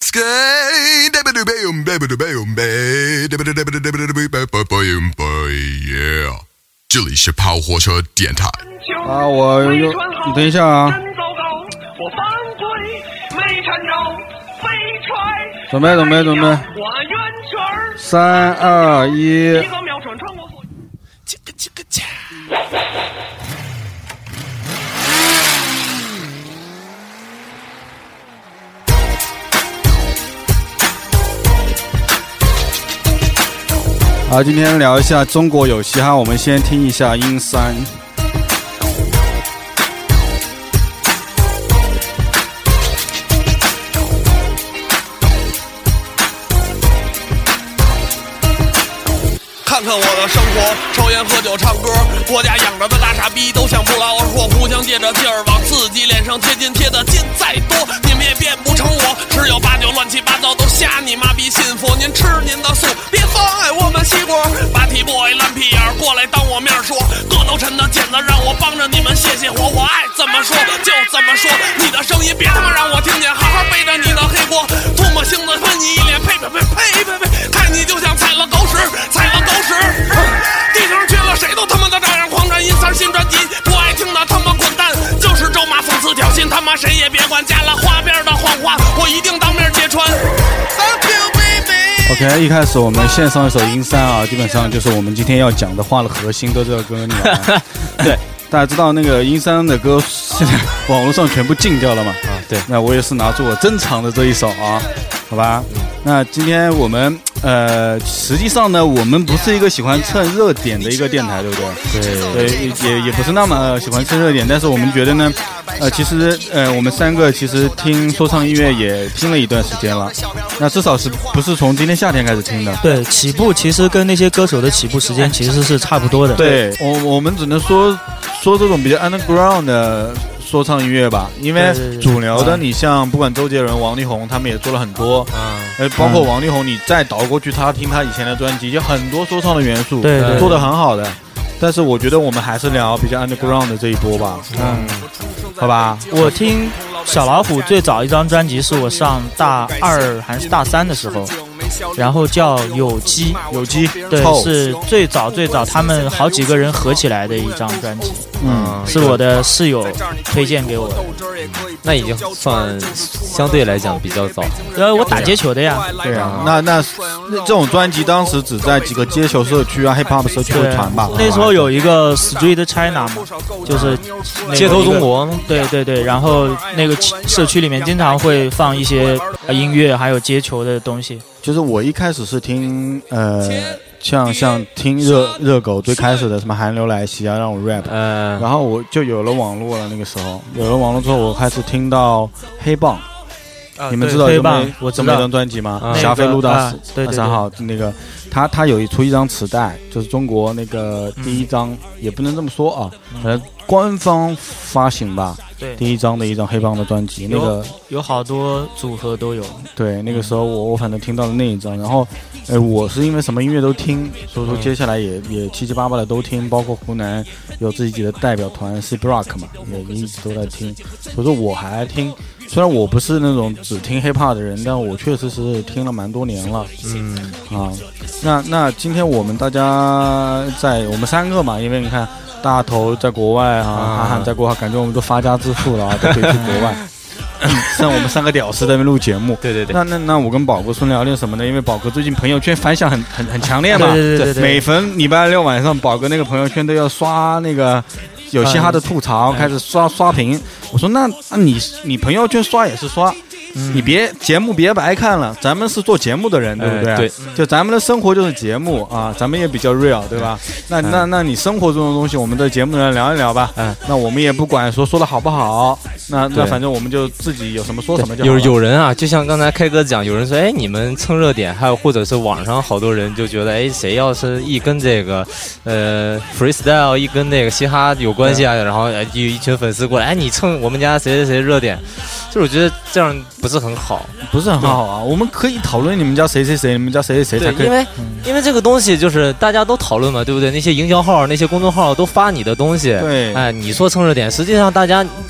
这里是跑火车电台。 啊，你等一下啊。准备。3、2、1。好，今天聊一下中国有嘻哈，我们先听一下阴山。 看看我的生活，抽烟喝酒唱歌，国家养着的大傻逼都想不劳而获，互相借着劲儿往自己脸上贴金，贴的金再多你们也变不成我，十有八九乱七八糟都瞎你妈逼信佛，您吃您的素，别妨碍我们西果。八体 boy 烂屁眼过来当我面说，个头沉的剪子让我帮着你们泄泄火，我爱怎么说就怎么说，你的声音别他妈让我听见，好好背着你的黑锅，唾沫星子喷你一脸，呸，看你就像踩了狗屎，地球上缺了谁都他妈的照样狂战，阴三新专辑不爱听的他妈滚蛋，就是咒骂讽刺挑衅，他妈谁也别管，加了花边的谎话我一定当面揭穿。 Thank you baby。 OK， 一开始我们献上一首阴山啊，基本上就是我们今天要讲的话的核心都这个歌里面。对，大家知道那个阴山的歌现在网络上全部禁掉了嘛？啊，对。那我也是拿出我珍藏的这一首啊，好吧？那今天我们实际上呢，我们不是一个喜欢蹭热点的一个电台，对不对？对，也不是那么喜欢蹭热点，但是我们觉得呢，其实我们三个其实听说唱音乐也听了一段时间了，那至少是不是从今天夏天开始听的？ 对，起步其实跟那些歌手的起步时间其实是差不多的。 对，我们只能说这种比较 underground 的说唱音乐吧，因为主流的你像不管周杰伦、王力宏他们也做了很多，包括王力宏你再倒过去他听他以前的专辑，就很多说唱的元素，对，做得很好的。但是我觉得我们还是聊比较 underground 的这一波吧，好吧。 我听小老虎最早一张专辑是我上大2还是大3的时候，然后叫有机，对，是最早他们好几个人合起来的一张专辑，是我的室友推荐给我的。 那已经算相对来讲比较早。 我打街球的呀。 对啊，那这种专辑当时只在几个街球社区啊、hip hop 社区会传吧。 那时候有一个 Street China 嘛，就是街头中国。 对，然后那个社区里面经常会放一些音乐还有街球的东西。 就是我一开始是听像听热狗最开始的什么韩流来袭啊那种 rap，然后我就有了网络了，那个时候有了网络之后，我开始听到黑棒。你们知道黑棒我知道这么一张专辑吗？霞飞路到3号那个他有出一张磁带，就是中国那个第一张，也不能这么说啊，官方发行吧。对，第一张的一张黑帮的专辑，那个有好多组合都有。 对，那个时候我反正听到了那一张，然后，我是因为什么音乐都听，所以说接下来也七七八八的都听，包括湖南有自己的代表团 C Block 嘛，也一直都在听，所以说我还听。虽然我不是那种只听 hiphop 的人，但我确实是听了蛮多年了。那今天我们大家我们三个嘛，因为你看大头在国外啊，韩寒在国外，感觉我们都发家致富了啊，都可以去国外。像我们三个屌丝在那边录节目。对。那我跟宝哥说聊点什么呢？因为宝哥最近朋友圈反响很强烈嘛。对。每逢礼拜六晚上，宝哥那个朋友圈都要刷那个。有嘻哈的吐槽，开始刷屏。我说那你朋友圈刷也是刷，你节目别白看了，咱们是做节目的人，对不对？对，就咱们的生活就是节目啊，咱们也比较 real， 对吧？那你生活中的东西，我们的节目人聊一聊吧。那我们也不管说的好不好，那反正我们就自己有什么说什么就好了。 有人啊，就像刚才开哥讲，有人说，你们蹭热点，还有或者是网上好多人就觉得，谁要是一跟这个freestyle 一跟那个嘻哈有关系啊，然后有一群粉丝过来，你蹭我们家谁热点，就是我觉得这样不是很好啊。 我们可以讨论你们家谁，你们家谁才可以。 因为这个东西就是大家都讨论嘛，对不对？那些营销号、那些公众号都发你的东西，对，你说蹭热点，实际上大家这个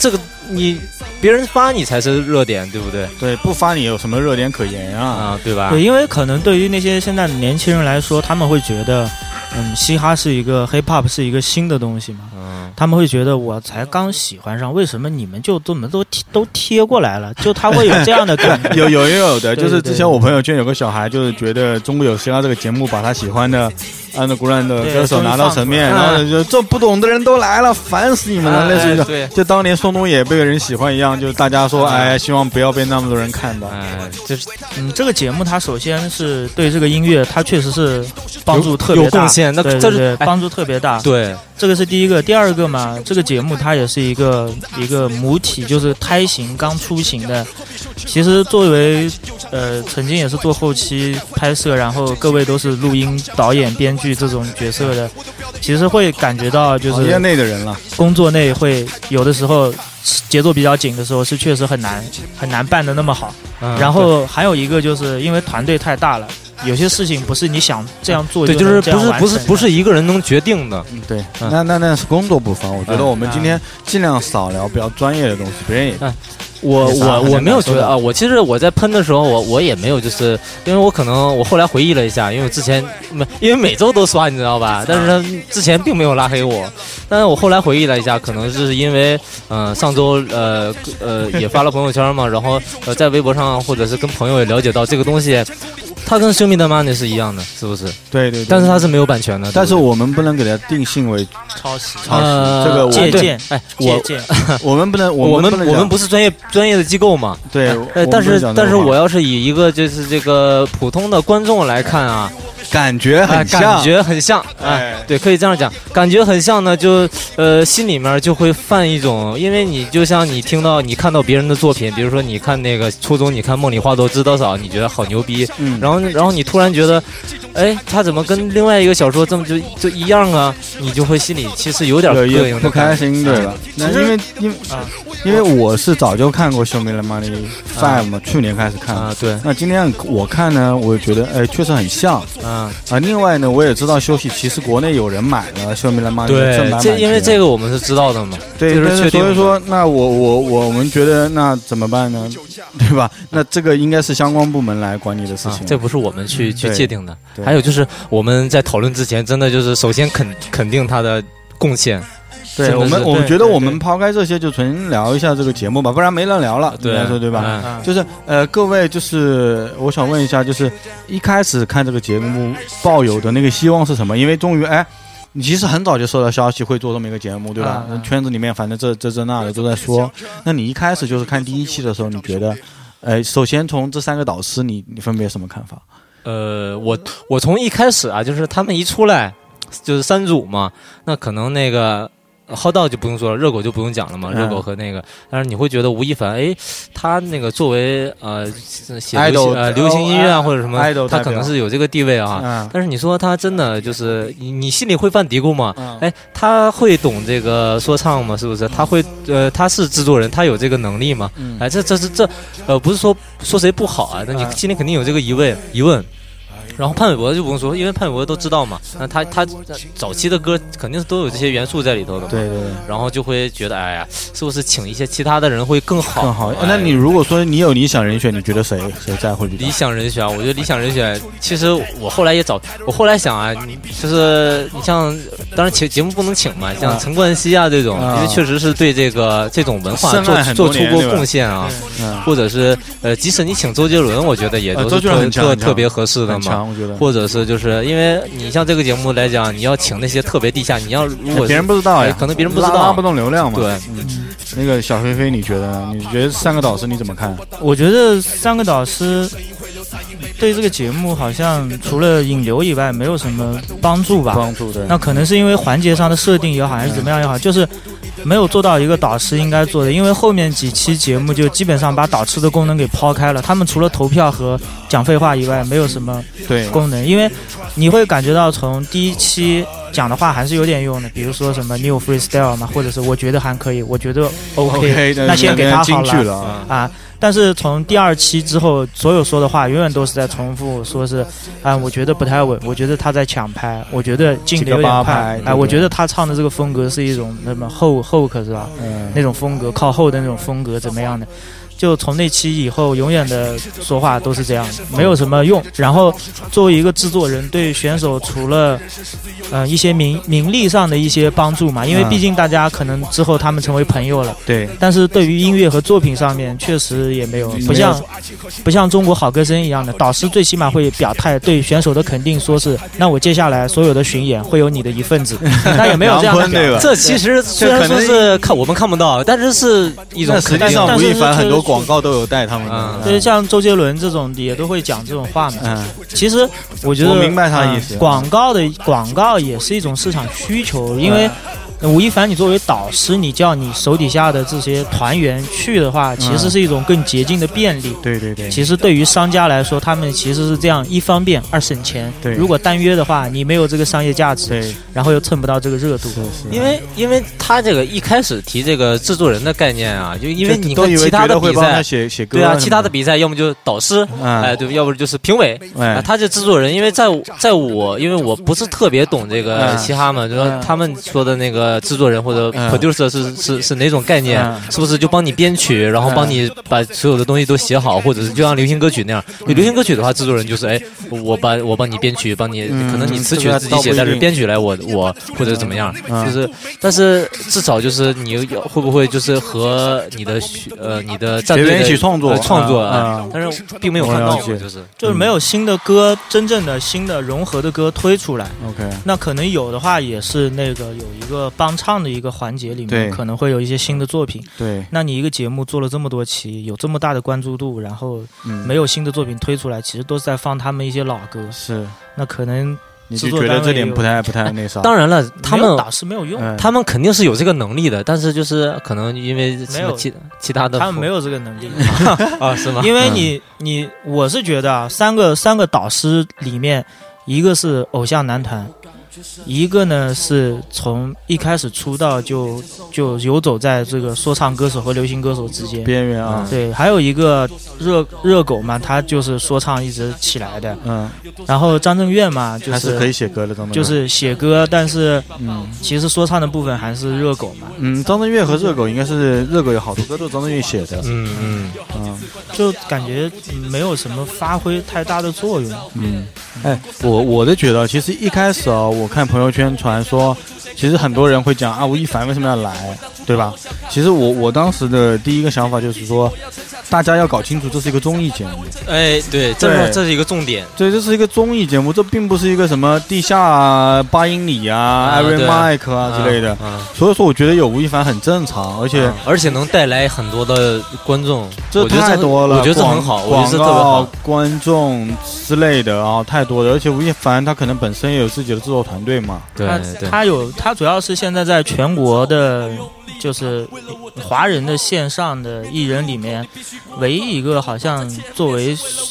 你别人发你才是热点，对不对？ 对，不发你有什么热点可言啊？ 对吧？ 对，因为可能对于那些现在的年轻人来说，他们会觉得，嘻哈是一个 hip hop 是一个新的东西嘛，他们会觉得我才刚喜欢上，为什么你们就这么都贴过来了？就他会有这样的感觉。 有的，就是之前我朋友圈有个小孩，就是觉得中国有嘻哈这个节目把他喜欢的underground的歌手拿到层面，然后就这不懂的人都来了，烦死你们了，类似于的。就当年宋冬野被人喜欢一样，就大家说，希望不要被那么多人看到。 就是这个节目它首先是对这个音乐，它确实是帮助特别大， 有贡献。那这是帮助特别大。 对， 这个是第一个。第二个嘛，这个节目它也是一个母体，就是胎型刚出行的。其实作为曾经也是做后期拍摄，然后各位都是录音、导演、编剧这种角色的，其实会感觉到就是业内的人了， 工作内会有的时候节奏比较紧的时候是确实很难办得那么好。然后还有一个就是因为团队太大了。有些事情不是你想这样做， 对，就是不是一个人能决定的。 对，那是工作部分。我觉得我们今天尽量少聊比较专业的东西，别人也。 我没有觉得啊，我其实我在喷的时候，我也没有，就是因为我后来回忆了一下，因为我之前因为每周都刷，你知道吧？但是他之前并没有拉黑我，但是我后来回忆了一下，可能是因为上周也发了朋友圈嘛，然后在微博上或者是跟朋友也了解到这个东西。它跟 Show Me the Money 是一样的，是不是？ 对， 但是它是没有版权的。 但是我们不能给它定性为抄袭， 这个借鉴。 我们不能， 我们不是专业的机构嘛？ 对。 但是我要是以一个就是这个普通的观众来看啊。 感觉很像， 对，可以这样讲，感觉很像呢，就心里面就会犯一种，因为你就像你看到别人的作品，比如说你看那个初中你看梦里花落知多少，你觉得好牛逼，然后你突然觉得，他怎么跟另外一个小说这么就一样啊？你就会心里其实有点膈应， 不开心，对吧？那因为我是早就看过《Show Me the Money 5》嘛，去年开始看对。 那今天我看呢，我觉得确实很像另外呢，我也知道休息，其实国内有人买了《Show Me the Money》正版版权， 因为这个我们是知道的嘛， 对， 就是确定。 所以说，那我们觉得那怎么办呢？对吧？那这个应该是相关部门来管理的事情， 这不是我们去界定的。还有就是我们在讨论之前，真的就是首先肯定他的贡献。 对，我们觉得我们抛开这些，就纯聊一下这个节目吧，不然没人聊了。对吧？就是各位，就是我想问一下，就是一开始看这个节目抱有的那个希望是什么？因为终于你其实很早就收到消息会做这么一个节目，对吧？圈子里面反正这那的都在说。那你一开始就是看第一期的时候，你觉得，首先从这3个导师，你分别什么看法？ 我从一开始啊，就是他们一出来就是3组嘛，那可能那个。浩道就不用说了，热狗就不用讲了嘛，热狗和那个，但是你会觉得吴亦凡，他那个作为写流行音乐啊或者什么，他可能是有这个地位啊。但是你说他真的就是你心里会犯嘀咕吗？他会懂这个说唱吗？是不是？他会他是制作人，他有这个能力吗？这不是说谁不好啊，那你心里肯定有这个疑问。然后潘玮柏就不用说，因为潘玮柏都知道嘛，那他早期的歌肯定是都有这些元素在里头的嘛。 对。 然后就会觉得，是不是请一些其他的人会更好？ 那你如果说你有理想人选，你觉得谁在会比较？ 理想人选，我觉得理想人选，其实我后来想啊，就是你像，当然节目不能请嘛，像陈冠希啊这种，因为确实是对这种文化做出过贡献啊，或者是即使你请周杰伦，我觉得也都是特别合适的嘛。或者是就是因为你像这个节目来讲，你要请那些特别地下，你要如果别人不知道可能别人不知道， 拉不动流量嘛。 对， 那个小飞飞，你觉得呢？你觉得3个导师你怎么看？ 我觉得3个导师对这个节目好像除了引流以外，没有什么帮助吧？ 对。 那可能是因为环节上的设定也好，还是怎么样也好，就是没有做到一个导师应该做的。因为后面几期节目就基本上把导师的功能给抛开了，他们除了投票和讲废话以外，没有什么功能。因为你会感觉到从第1期讲的话还是有点用的，比如说什么你有 freestyle 嘛，或者是我觉得还可以，我觉得 OK， 那先给他好了但是从第2期之后，所有说的话永远都是在重复，说是我觉得不太稳，我觉得他在抢拍，我觉得进的有点快，我觉得他唱的这个风格是一种什么后可是吧？那种风格靠后的那种风格怎么样的？就从那期以后，永远的说话都是这样，没有什么用。然后作为一个制作人，对选手除了一些名利上的一些帮助嘛，因为毕竟大家可能之后他们成为朋友了， 对。 但是对于音乐和作品上面，确实也没有，不像中国好歌声一样的导师最起码会表态对选手的肯定，说是那我接下来所有的巡演会有你的一份子，那也没有这样的表。 这其实虽然说是我们看不到，但是是一种实际上吴亦凡很多广告都有带他们的， 就是像周杰伦这种也都会讲这种话嘛。其实我觉得我明白他的意思， 广告也是一种市场需求，因为吴亦凡你作为导师，你叫你手底下的这些团员去的话，其实是一种更捷径的便利。 对对对。 其实对于商家来说，他们其实是这样，一方便，二省钱。 对。 如果单约的话，你没有这个商业价值， 对， 然后又蹭不到这个热度。 因为他这个一开始提这个制作人的概念啊，就因为你看其他的比赛， 写歌， 对啊，其他的比赛要么就导师，对，要不就是评委，他这制作人，因为在我，因为我不是特别懂这个嘻哈嘛，就说他们说的那个制作人或者 producer 是哪种概念？是不是就帮你编曲，然后帮你把所有的东西都写好，或者是就像流行歌曲那样？流行歌曲的话，制作人就是我帮你编曲，帮你可能你词曲自己写，但是编曲来我或者怎么样？就是但是至少就是你会不会就是和你的战队一起创作但是并没有看到， 就是没有新的歌，真正的新的融合的歌推出来。 OK， 那可能有的话也是那个有一个帮唱的一个环节里面，可能会有一些新的作品。 对， 那你一个节目做了这么多期，有这么大的关注度，然后没有新的作品推出来，其实都是在放他们一些老歌。 是， 那可能。 你就觉得这点不太那啥？ 当然了，他们打是没有用， 他们肯定是有这个能力的，但是就是可能因为其他的， 他们没有这个能力是吗？ 因为我是觉得三个导师里面，一个是偶像男团。一个呢是从一开始出道就游走在这个说唱歌手和流行歌手之间边缘啊， 对，还有一个热狗嘛，他就是说唱一直起来的，然后张震岳嘛，就是还是可以写歌的， 就是写歌，但是其实说唱的部分还是热狗嘛， 张震岳和热狗应该是热狗有好多歌都是张震岳写的， 就感觉没有什么发挥太大的作用， 我就觉得其实一开始我看朋友圈传说，其实很多人会讲吴亦凡为什么要来，对吧？其实我当时的第一个想法就是说，大家要搞清楚这是一个综艺节目。 对，这是一个重点。 对，这是一个综艺节目，这并不是一个什么地下8英里Iron Mike 之类的。所以说，我觉得有吴亦凡很正常，而且能带来很多的观众， 这太多了。 我觉得这很好，我觉得这特别好。 观众之类的太多了，而且吴亦凡他可能本身也有自己的制作团队嘛。 对， 他主要是现在在全国的，就是华人的线上的艺人里面，唯一一个好像作为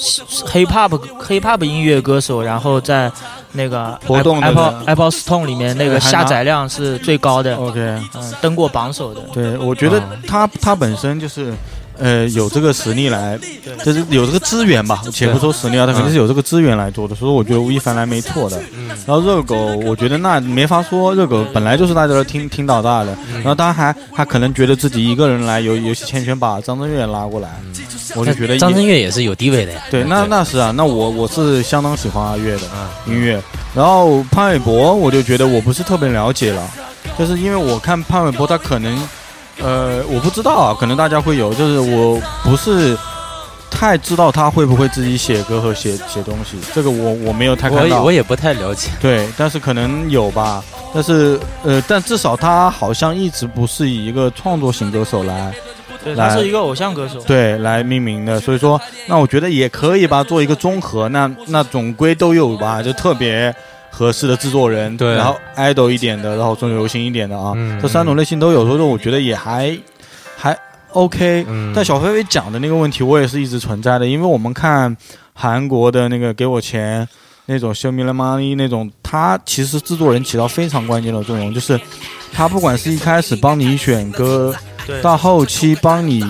hip hop 音乐歌手，然后在那个活动的 Apple Store 里面那个下载量是最高的。 OK， 登过榜首的。 对，我觉得他本身就是。有这个实力来，就是有这个资源吧。且不说实力他肯定是有这个资源来做的，所以我觉得吴亦凡来没错的。然后热狗，我觉得那没法说，热狗本来就是大家都听到大的。然后他还可能觉得自己一个人来，有些牵权把张震岳拉过来，我就觉得张震岳也是有地位的呀。 对，那是啊，那我是相当喜欢阿岳的音乐。然后潘玮柏，我就觉得我不是特别了解了，就是因为我看潘玮柏他可能。我不知道可能大家会有，就是我不是太知道他会不会自己写歌和写东西，这个我没有太看到， 我也不太了解。 对，但是可能有吧，但是但至少他好像一直不是以一个创作型歌手来， 对，他是一个偶像歌手， 对，来命名的，所以说那我觉得也可以吧，做一个综合，那总归都有吧，就特别。合适的制作人， 对， 然后 idol 一点的，然后中流行一点的这3种类型都有，所以说我觉得也还 OK。但小飞飞讲的那个问题，我也是一直存在的，因为我们看韩国的那个给我钱那种 Show Me the Money 那种，他其实制作人起到非常关键的作用，就是他不管是一开始帮你选歌，到后期帮你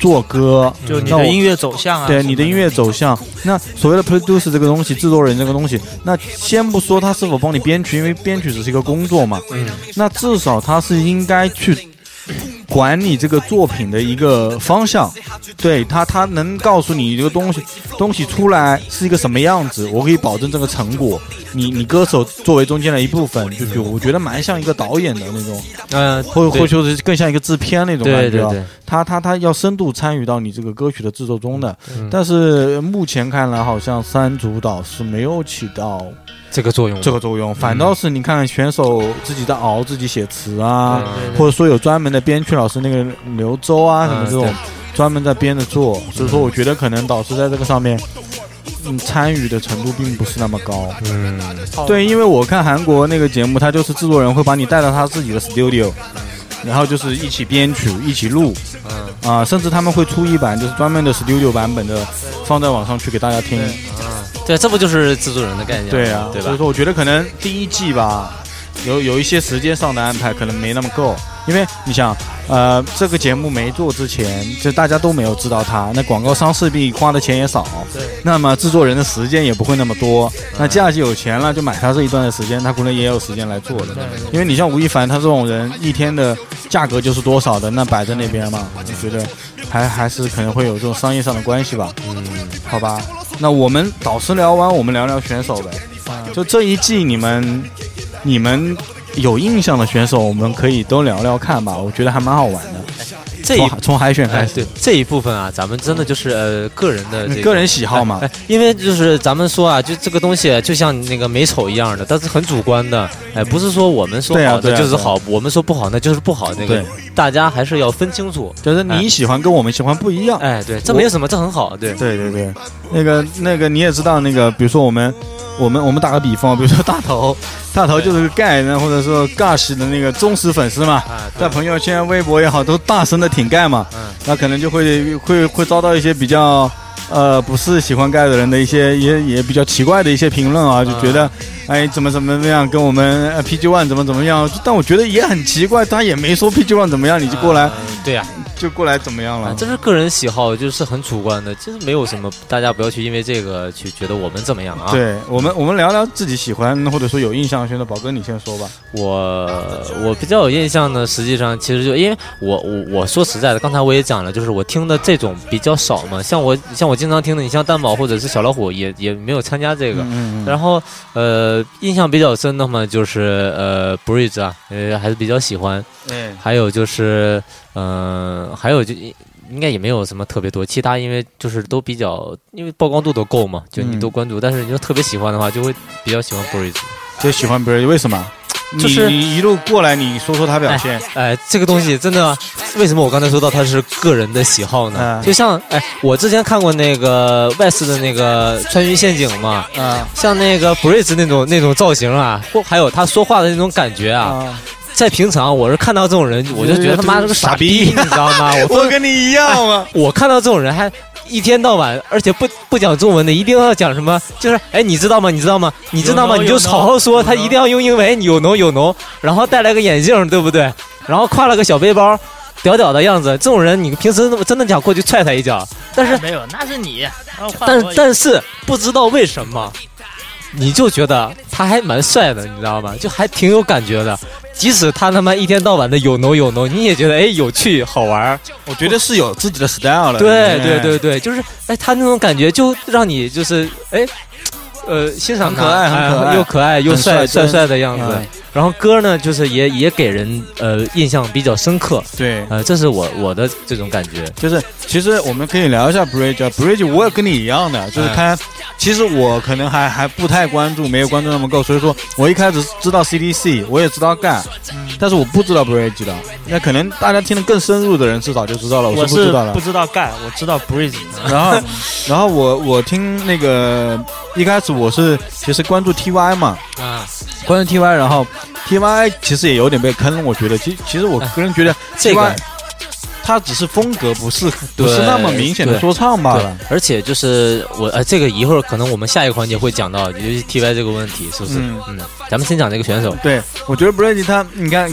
做歌， 就你的音乐走向啊， 对你的音乐走向。那所谓的 producer 这个东西，制作人这个东西，那先不说他是否帮你编曲，因为编曲只是一个工作嘛，那至少他是应该去管你这个作品的一个方向，对他能告诉你这个东西出来是一个什么样子，我可以保证这个成果。你歌手作为中间的一部分，就我觉得蛮像一个导演的那种，或者是更像一个制片那种感觉。对，他要深度参与到你这个歌曲的制作中的。但是目前看来，好像三主导是没有起到这个作用， 反倒是你看选手自己在熬，自己写词啊，或者说有专门的编曲老师，那个刘洲啊什么这种专门在编着做，所以说我觉得可能导师在这个上面参与的程度并不是那么高。对，因为我看韩国那个节目，他就是制作人会把你带到他自己的 studio， 然后就是一起编曲一起录，甚至他们会出一版就是专门的 studio 版本的放在网上去给大家听。 对，这不就是制作人的概念？ 对啊， 对吧？ 所以说我觉得可能第一季吧，有一些时间上的安排可能没那么够，因为你想，这个节目没做之前，就大家都没有知道它，那广告商势必花的钱也少， 对， 那么制作人的时间也不会那么多，那假期有钱了就买他这一段的时间，他可能也有时间来做的。因为你像吴亦凡他这种人，一天的价格就是多少的，那摆在那边嘛，我觉得还是可能会有这种商业上的关系吧。好吧，那我们导师聊完，我们聊聊选手呗。就这一季你们有印象的选手，我们可以都聊聊看吧，我觉得还蛮好玩的。从海选开始， 对这一部分啊，咱们真的就是个人的个人喜好嘛。 因为就是咱们说啊，就这个东西就像那个美丑一样的，它是很主观的。不是说我们说好的就是好，我们说不好那就是不好。那个大家还是要分清楚， 就是你喜欢跟我们喜欢不一样。 对，这没有什么，这很好。对， 那个你也知道，那个比如说我们打个比方，比如说大头就是盖呢，或者说 Gush 的那个忠实粉丝嘛，在朋友圈、微博也好，都大声的挺盖嘛，那可能就会遭到一些比较不是喜欢盖的人的一些也比较奇怪的一些评论啊，就觉得怎么样跟我们PG One 怎么样，但我觉得也很奇怪，他也没说 PG One 怎么样，你就过来， 对呀， 就过来怎么样了？ 这是个人喜好，就是很主观的，就是没有什么，大家不要去因为这个去觉得我们怎么样啊。 对，我们聊聊自己喜欢或者说有印象的选手，宝哥你先说吧。 我比较有印象的，实际上其实就因为我说实在的，刚才我也讲了，就是我听的这种比较少嘛，像我经常听的，你像蛋宝或者是小老虎也没有参加这个，然后印象比较深的嘛，就是Bridge 啊，还是比较喜欢，还有就是还有就应该也没有什么特别多，其他因为就是都比较，因为曝光度都够嘛，就你都关注，但是你就特别喜欢的话，就会比较喜欢 Bridge。 就喜欢 Bridge 为什么？ 就是你一路过来，你说说他表现。 这个东西真的，为什么我刚才说到他是个人的喜好呢？就像我之前看过那个West的那个穿越陷阱嘛，像那个 Bridge 那种造型啊，还有他说话的那种感觉啊。在平常我是看到这种人，我就觉得他妈是个傻逼，你知道吗？ 我跟你一样啊！ 我看到这种人还一天到晚，而且不讲中文的，一定要讲什么？就是你知道吗？你知道吗？你就好好说，他一定要用英文，有浓，然后戴了个眼镜，对不对？然后挎了个小背包，屌的样子。这种人，你平时真的想过去踹他一脚，但是没有，那是你。 但是不知道为什么，你就觉得他还蛮帅的，你知道吗？就还挺有感觉的。即使他他妈一天到晚的有浓，你也觉得有趣好玩。 我觉得是有自己的 style 了。 对，就是他那种感觉就让你就是欣赏他， 很可爱又帅的样子。然后歌呢，就是也给人印象比较深刻。 对， 这是我的这种感觉。 就是其实我们可以聊一下 Bridge，我也跟你一样的，就是他。其实我可能还不太关注，没有关注那么够，所以说我一开始知道 CDC， 我也知道干，但是我不知道 Bridge 的。那可能大家听得更深入的人至少就知道了，我是不知道了。 不知道干，我知道 Bridge。 然后我听那个一开始我是其实关注 TY 嘛，关注 TY， 然后 TY 其实也有点被坑了，我觉得其实我个人觉得 TY。他只是风格不是那么明显的说唱罢了， 而且就是这个一会儿可能我们下一个环节会讲到，尤其 TY 这个问题，是不是？咱们先讲这个选手。 对，我觉得 Bridge 他，你看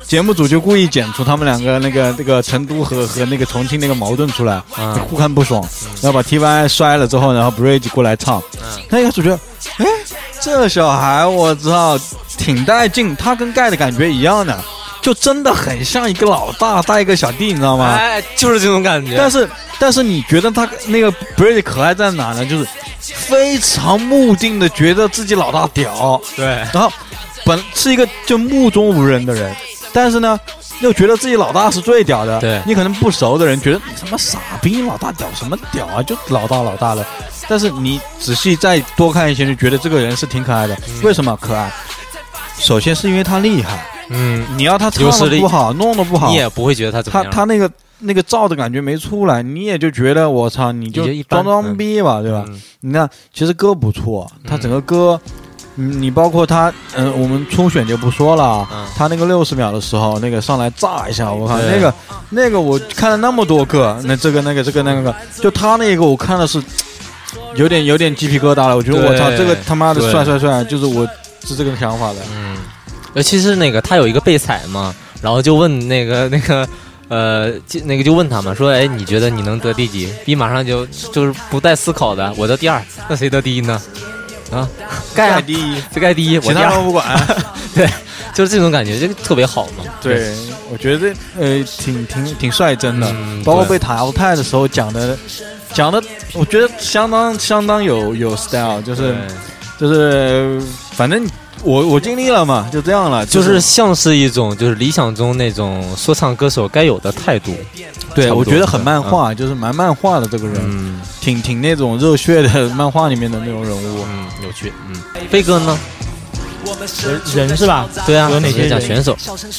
节目组就故意剪出他们两个那个成都和那个重庆那个矛盾出来，就互看不爽，然后把 TY 摔了之后，然后 Bridge 过来唱，那个主角，哎，这小孩我操，挺带劲，他跟盖的感觉一样的。就真的很像一个老大带一个小弟，你知道吗？ 哎，就是这种感觉。 但是你觉得他那个 Bridge 可爱在哪呢？就是非常目定的觉得自己老大屌， 对， 然后是一个就目中无人的人，但是呢又觉得自己老大是最屌的。 对， 你可能不熟的人觉得你他妈傻逼，老大屌什么屌啊，就老大了。但是你仔细再多看一些，就觉得这个人是挺可爱的。为什么可爱？首先是因为他厉害。你要他唱的不好，弄的不好， 你也不会觉得他怎么样。 他那个照的感觉没出来，你也就觉得我操，你就装逼吧，对吧？你看，其实歌不错，他整个歌，你包括他，我们初选就不说了，他那个60秒的时候，那个上来炸一下，我看那个我看了那么多个，那这个，就他那个我看的是有点鸡皮疙瘩了，我觉得我操，这个他妈的帅，就是我是这个想法的。 尤其是那个他有一个备采嘛，然后就问那个就问他嘛，说哎，你觉得你能得第几？B马上就是不带思考的，我得第2，那谁得第1呢？啊，盖第1， 盖第1，我第2， 其他都不管。 对，就是这种感觉，就特别好嘛。 对，我觉得挺率真的，包括被淘汰的时候讲的，我觉得相当有 style， 就是反正。我经历了嘛，就这样了， 就是像是一种就是理想中那种说唱歌手该有的态度。 对，我觉得很漫画，就是蛮漫画的这个人，挺那种热血的漫画里面的那种人物， 有趣。飞哥呢？ 人是吧？ 对啊， 有哪些讲选手？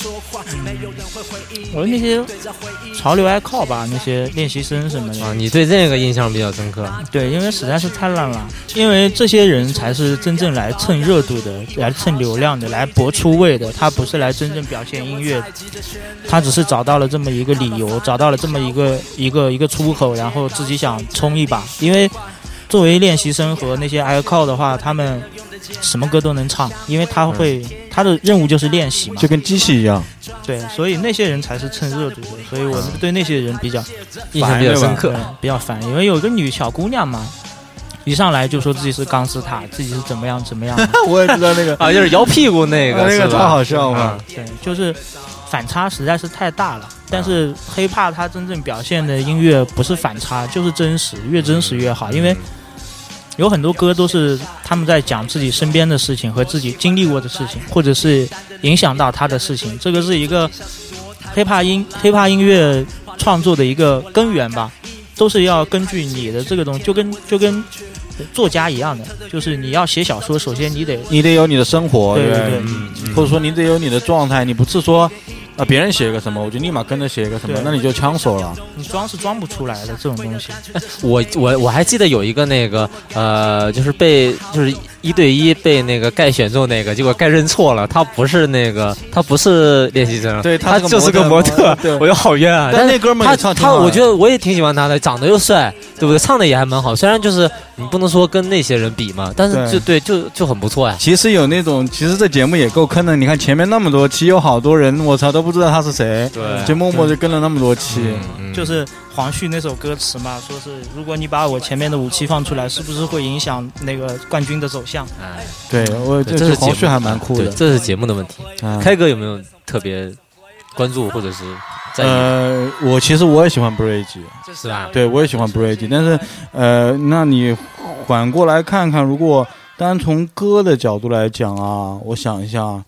我那些潮流爱靠吧，那些练习生什么的啊，你对这个印象比较深刻？ 对，因为实在是太烂了。因为这些人才是真正来蹭热度的，来蹭流量的，来搏出位的。他不是来真正表现音乐，他只是找到了这么一个理由，找到了这么一个出口，然后自己想冲一把。因为作为练习生和那些爱靠的话，他们什么歌都能唱，因为他的任务就是练习嘛， 就跟机器一样。 对，所以那些人才是蹭热度的，所以我对那些人比较印象比较深刻， 比较烦。因为有个女小姑娘嘛，一上来就说自己是钢丝塔，自己是怎么样， 我也知道那个啊，就是摇屁股那个， 那个超好笑嘛。 对，就是反差实在是太大了。但是黑怕它真正表现的音乐不是反差，就是真实，越真实越好，因为。有很多歌都是他们在讲自己身边的事情和自己经历过的事情，或者是影响到他的事情。这个是一个黑怕音乐创作的一个根源吧，都是要根据你的这个东西，就跟作家一样的，就是你要写小说，首先你得有你的生活， 对， 或者说你得有你的状态，你不是说。别人写一个什么，我就立马跟着写一个什么，那你就枪手了。 你装是装不出来的这种东西。 我还记得有一个那个就是1对1被那个盖选中那个，结果盖认错了，他不是练习生， 对， 他就是个模特，我就好冤啊。 但那哥们儿他我觉得我也挺喜欢他的，长得又帅，对不对？唱的也还蛮好，虽然就是你不能说跟那些人比嘛，但是就很不错呀。 其实有那种，其实这节目也够坑的。你看前面那么多期，有好多人，我操都不知道他是谁， 对， 就默默就跟了那么多期。 就是黄旭那首歌词嘛，说是如果你把我前面的武器放出来，是不是会影响那个冠军的走向？ 哎， 对，这是黄旭还蛮酷的， 这是节目的问题。开哥有没有特别关注或者是在意？ 其实我也喜欢 Bridge， 是吧？ 对，我也喜欢 Bridge， 但是那你反过来看看，如果单从歌的角度来讲啊，我想一下，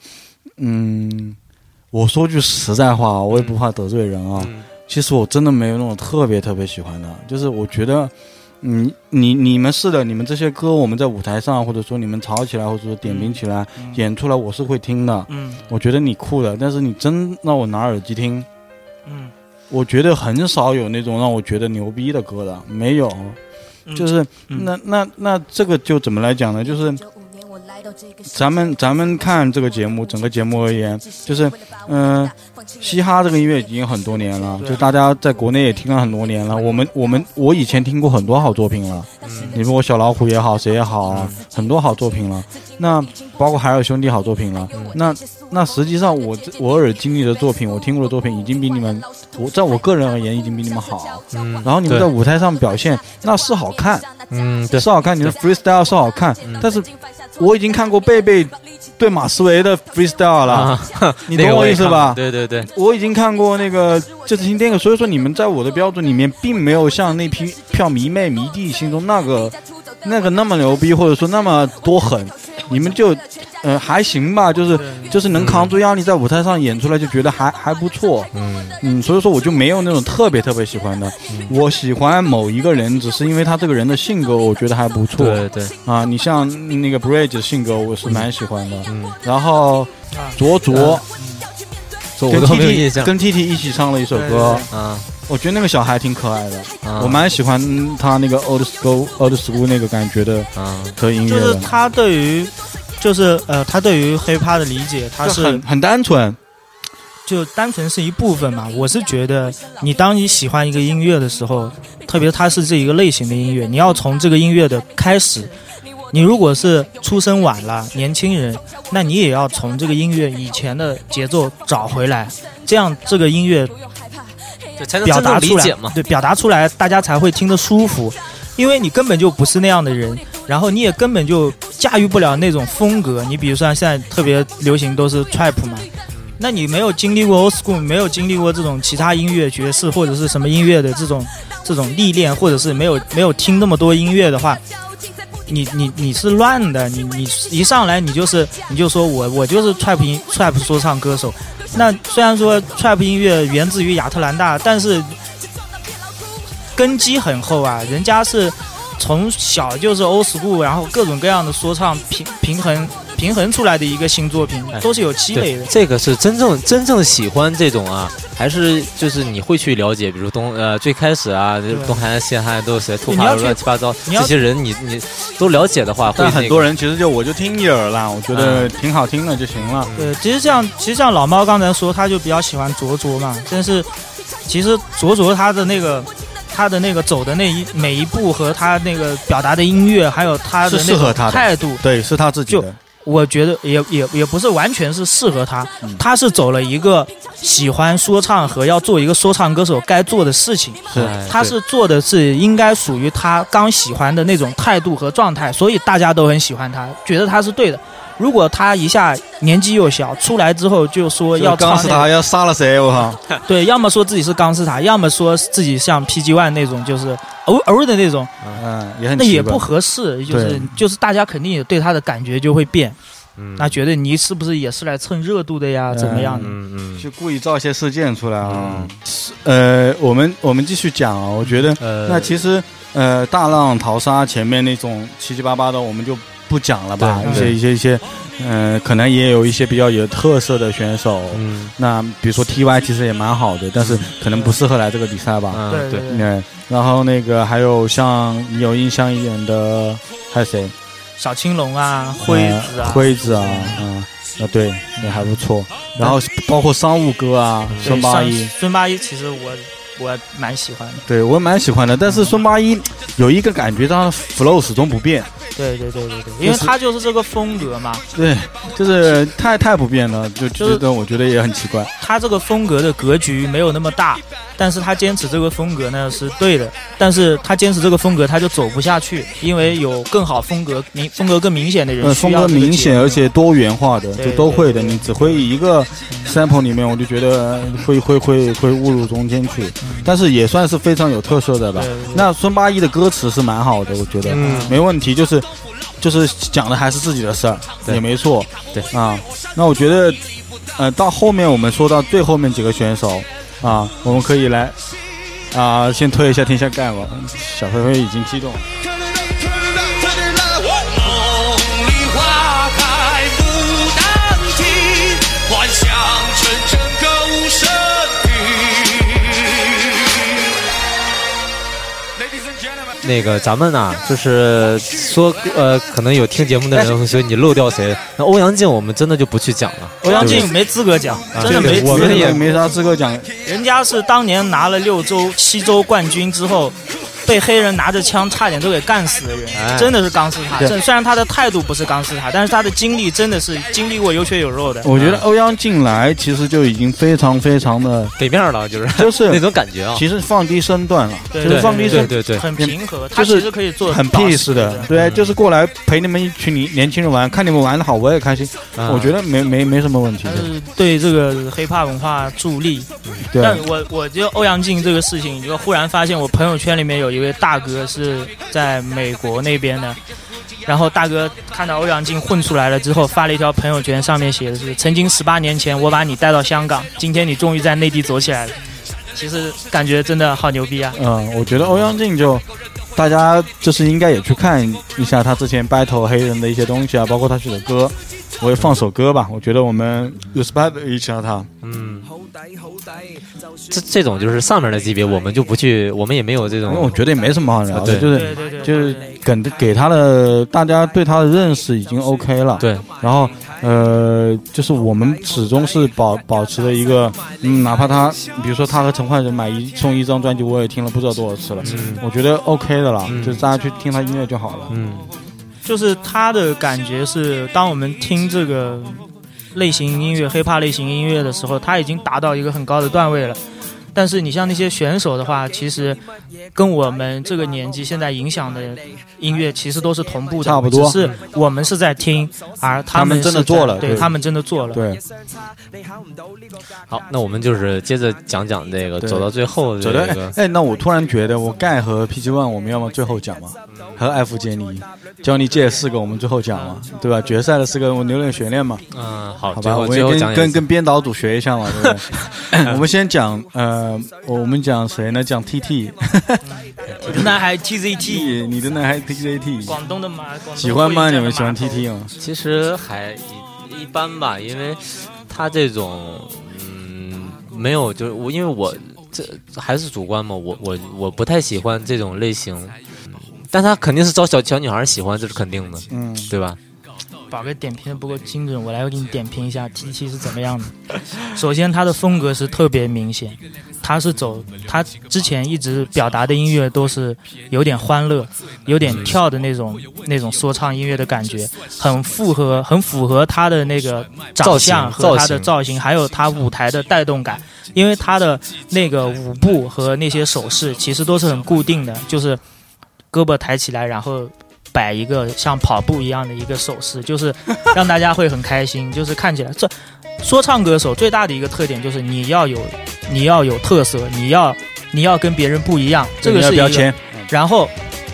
我说句实在话，我也不怕得罪人啊。其实我真的没有那种特别特别喜欢的，就是我觉得，你们是的，你们这些歌我们在舞台上，或者说你们吵起来，或者说点评起来，演出来，我是会听的。我觉得你酷的，但是你真让我拿耳机听，我觉得很少有那种让我觉得牛逼的歌的，没有。就是那这个就怎么来讲呢？就是咱们看这个节目，整个节目而言，就是嘻哈这个音乐已经很多年了，就大家在国内也听了很多年了。我以前听过很多好作品了，你说我小老虎也好，谁也好啊，很多好作品了。那包括海尔兄弟好作品了。那实际上我耳经历的作品，我听过的作品已经比你们，在我个人而言已经比你们好。然后你们在舞台上表现那是好看， 对， 是好看，你的 freestyle 是好看，但是我已经看过贝贝对马思唯的 freestyle 了，你懂我意思吧？ 对对对， 我已经看过那个这次新电影，所以说你们在我的标准里面并没有像那批票迷妹迷弟心中那个那么牛逼，或者说那么多狠，你们就还行吧，就是能扛住压力，在舞台上演出来就觉得还不错。所以说我就没有那种特别喜欢的。我喜欢某一个人，只是因为他这个人的性格，我觉得还不错。 对对啊，你像那个 Bridge 的性格，我是蛮喜欢的。然后卓跟 T T 一起唱了一首歌，我觉得那个小孩挺可爱的，我蛮喜欢他那个 old school 那个感觉的音乐的。 就是他对于他对于黑怕的理解，他是很单纯， 就单纯是一部分嘛。我是觉得当你喜欢一个音乐的时候，特别它是这一个类型的音乐，你要从这个音乐的开始，你如果是出生晚了年轻人，那你也要从这个音乐以前的节奏找回来，这样这个音乐表达出来嘛，对，表达出来大家才会听得舒服。因为你根本就不是那样的人，然后你也根本就驾驭不了那种风格。你比如说现在特别流行都是 trap 嘛，那你没有经历过 old school， 没有经历过这种其他音乐爵士或者是什么音乐的这种历练，或者是没有听那么多音乐的话，你是乱的。你一上来你就说我就是 trap 说唱歌手。那虽然说 trap 音乐源自于亚特兰大，但是根基很厚啊，人家是从小就是 old school， 然后各种各样的说唱平衡出来的一个新作品，都是有积累的。 这个是真正喜欢这种啊，还是就是你会去了解，比如最开始啊，东海岸西海岸都是谁，吐槽乱七八糟，这些人你都了解的话，会很多人其实我就听一耳啦，我觉得挺好听的就行了。 对，其实像老猫刚才说，他就比较喜欢卓嘛，但是其实卓他的那个走的每一步和他那个表达的音乐，还有他的那种态度， 对，是他自己的。 就我觉得也不是完全是适合他，他是走了一个喜欢说唱和要做一个说唱歌手该做的事情，他是做的是应该属于他刚喜欢的那种态度和状态，所以大家都很喜欢他，觉得他是对的。如果他一下年纪又小，出来之后就说要唱、 钢斯塔要杀了谁，我靠！ 对，要么说自己是钢斯塔，要么说自己像 PG1 那种，就是偶的那种， 也很那也不合适，就是大家肯定也对他的感觉就会变。那觉得你是不是也是来蹭热度的呀？怎么样的？ 就故意造一些事件出来啊！我们继续讲啊，我觉得那其实大浪淘沙前面那种七七八八的我们就不讲了吧，一些可能也有一些比较有特色的选手，那比如说 TY 其实也蛮好的，但是可能不适合来这个比赛吧。 对。 然后那个还有像你有印象一点的还有谁？ 小青龙啊，辉子啊， 对，也还不错。然后包括商务哥啊，孙八一其实我蛮喜欢的， 对我蛮喜欢的，但是孙八一有一个感觉，他 flow 始终不变。 对，因为他就是这个风格嘛。 对，就是太不变了，就是我觉得也很奇怪。 他这个风格的格局没有那么大，但是他坚持这个风格呢是对的，但是他坚持这个风格他就走不下去，因为有更好风格更明显的人， 风格明显而且多元化的就都会的，你只会一个 sample 里面，我就觉得会误入中间去，但是也算是非常有特色的吧。那孙八一的歌词是蛮好的，我觉得没问题，就是讲的还是自己的事儿，也没错。 对啊，那我觉得到后面我们说到最后面几个选手啊，我们可以来先推一下天下盖吧。小灰灰已经激动了。 那个咱们呢，就是说可能有听节目的人会说你漏掉谁？那欧阳靖我们真的就不去讲了。 欧阳靖没资格讲，真的没资格， 我们也没啥资格讲。 人家是当年拿了7州冠军之后，被黑人拿着枪差点都给干死的人，真的是钢丝塔。虽然他的态度不是钢丝塔，但是他的经历真的是经历过有血有肉的。 我觉得欧阳靖来其实就已经非常非常的给面了，就是那种感觉啊。 其实放低身段了，就是放低身， 对， 很平和，他其实可以做很 peace 的，对，就是过来陪你们一群年轻人玩，看你们玩的好，我也开心。我觉得没什么问题， 就是对这个hiphop文化助力。但我觉得欧阳靖这个事情，就忽然发现我朋友圈里面有一位大哥是在美国那边的，然后大哥看到欧阳靖混出来了之后，发了一条朋友圈，上面写的是：曾经18年前我把你带到香港，今天你终于在内地走起来了。其实感觉真的好牛逼啊！ 我觉得欧阳靖就大家就是应该也去看一下他之前 battle 黑人的一些东西啊，包括他写的歌。我也放首歌吧，我觉得我们 respect 一下他。 这种就是上面的级别，我们就不去，我们也没有这种。 我觉得也没什么好聊的，就是给他的大家对他的认识已经 OK 了。 对， 然后就是我们始终是保持了一个，哪怕他比如说他和陈奂仁买送一张专辑，我也听了不知道多少次了。我觉得 OK 的了，就是大家去听他音乐就好了。 就是他的感觉是，当我们听这个类型音乐、hiphop类型音乐的时候，他已经达到一个很高的段位了。但是你像那些选手的话，其实跟我们这个年纪现在影响的音乐其实都是同步的， 差不多。 只是我们是在听，而他们真的做了， 对，他们真的做了。 对。 好，那我们就是接着讲这个，走到最后这个。 那我突然觉得，我盖和 PG1 我们要么最后讲嘛，和艾弗杰尼、教你借4个，我们最后讲嘛，对吧？决赛的4个我留点悬念嘛。 好吧，我们跟编导组学一下嘛，对不对？我们先讲我们讲谁呢？讲 TT。 你的男孩 TZT， 你的男孩 TZT， 广东的嘛， 喜欢吗？你们喜欢 TT 吗？ 其实还一般吧，因为他这种没有，就是因为我这还是主观嘛，我不太喜欢这种类型，但他肯定是招小女孩喜欢，这是肯定的，对吧？ 宝哥点评的不够精准，我来给你点评一下 TT 是怎么样的。首先，他的风格是特别明显，他之前一直表达的音乐都是有点欢乐、有点跳的那种说唱音乐的感觉，很符合他的那个长相和他的造型，还有他舞台的带动感。因为他的那个舞步和那些手势其实都是很固定的，就是胳膊抬起来，然后摆一个像跑步一样的一个手势，就是让大家会很开心。就是看起来，这说唱歌手最大的一个特点就是你要有特色，你要跟别人不一样，这个是一个标签。 然后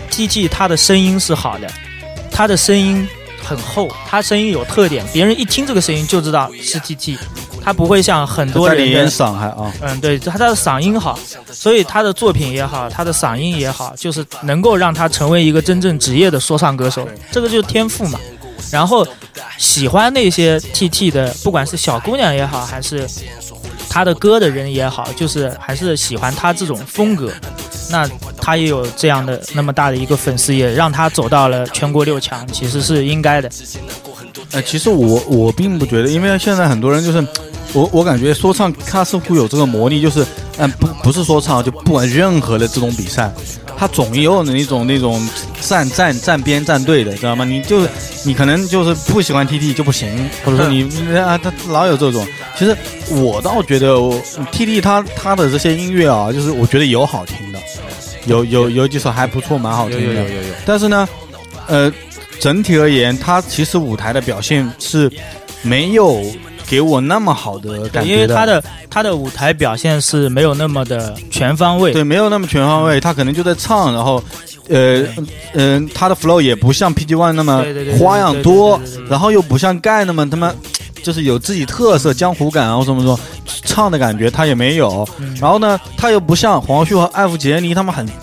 TT 他的声音是好的，他的声音很厚，他声音有特点，别人一听这个声音就知道是 TT。他不会像很多人的嗓还对，他的嗓音好，所以他的作品也好，他的嗓音也好，就是能够让他成为一个真正职业的说唱歌手，这个就是天赋嘛。然后喜欢那些 TT 的，不管是小姑娘也好，还是他的歌的人也好，就是还是喜欢他这种风格。那他也有这样的那么大的一个粉丝，也让他走到了全国6强，其实是应该的。 其实我并不觉得，因为现在很多人就是我感觉说唱它似乎有这个魔力，就是不是说唱，就不管任何的这种比赛，它总有那种站边站队的，知道吗？你可能就是不喜欢 TT 就不行，或者说他老有这种。其实我倒觉得TT 他的这些音乐啊，就是我觉得有好听的，有几首还不错，蛮好听的。有。但是呢，整体而言，他其实舞台的表现是没有给我那么好的感觉的， 因为他的舞台表现是没有那么的全方位， 对，没有那么全方位，他可能就在唱，然后他的 flow 也不像 PG1 那么花样多，然后又不像盖那么就是有自己特色江湖感啊什么说唱的感觉他也没有，然后呢他又不像黄旭和艾弗杰尼他们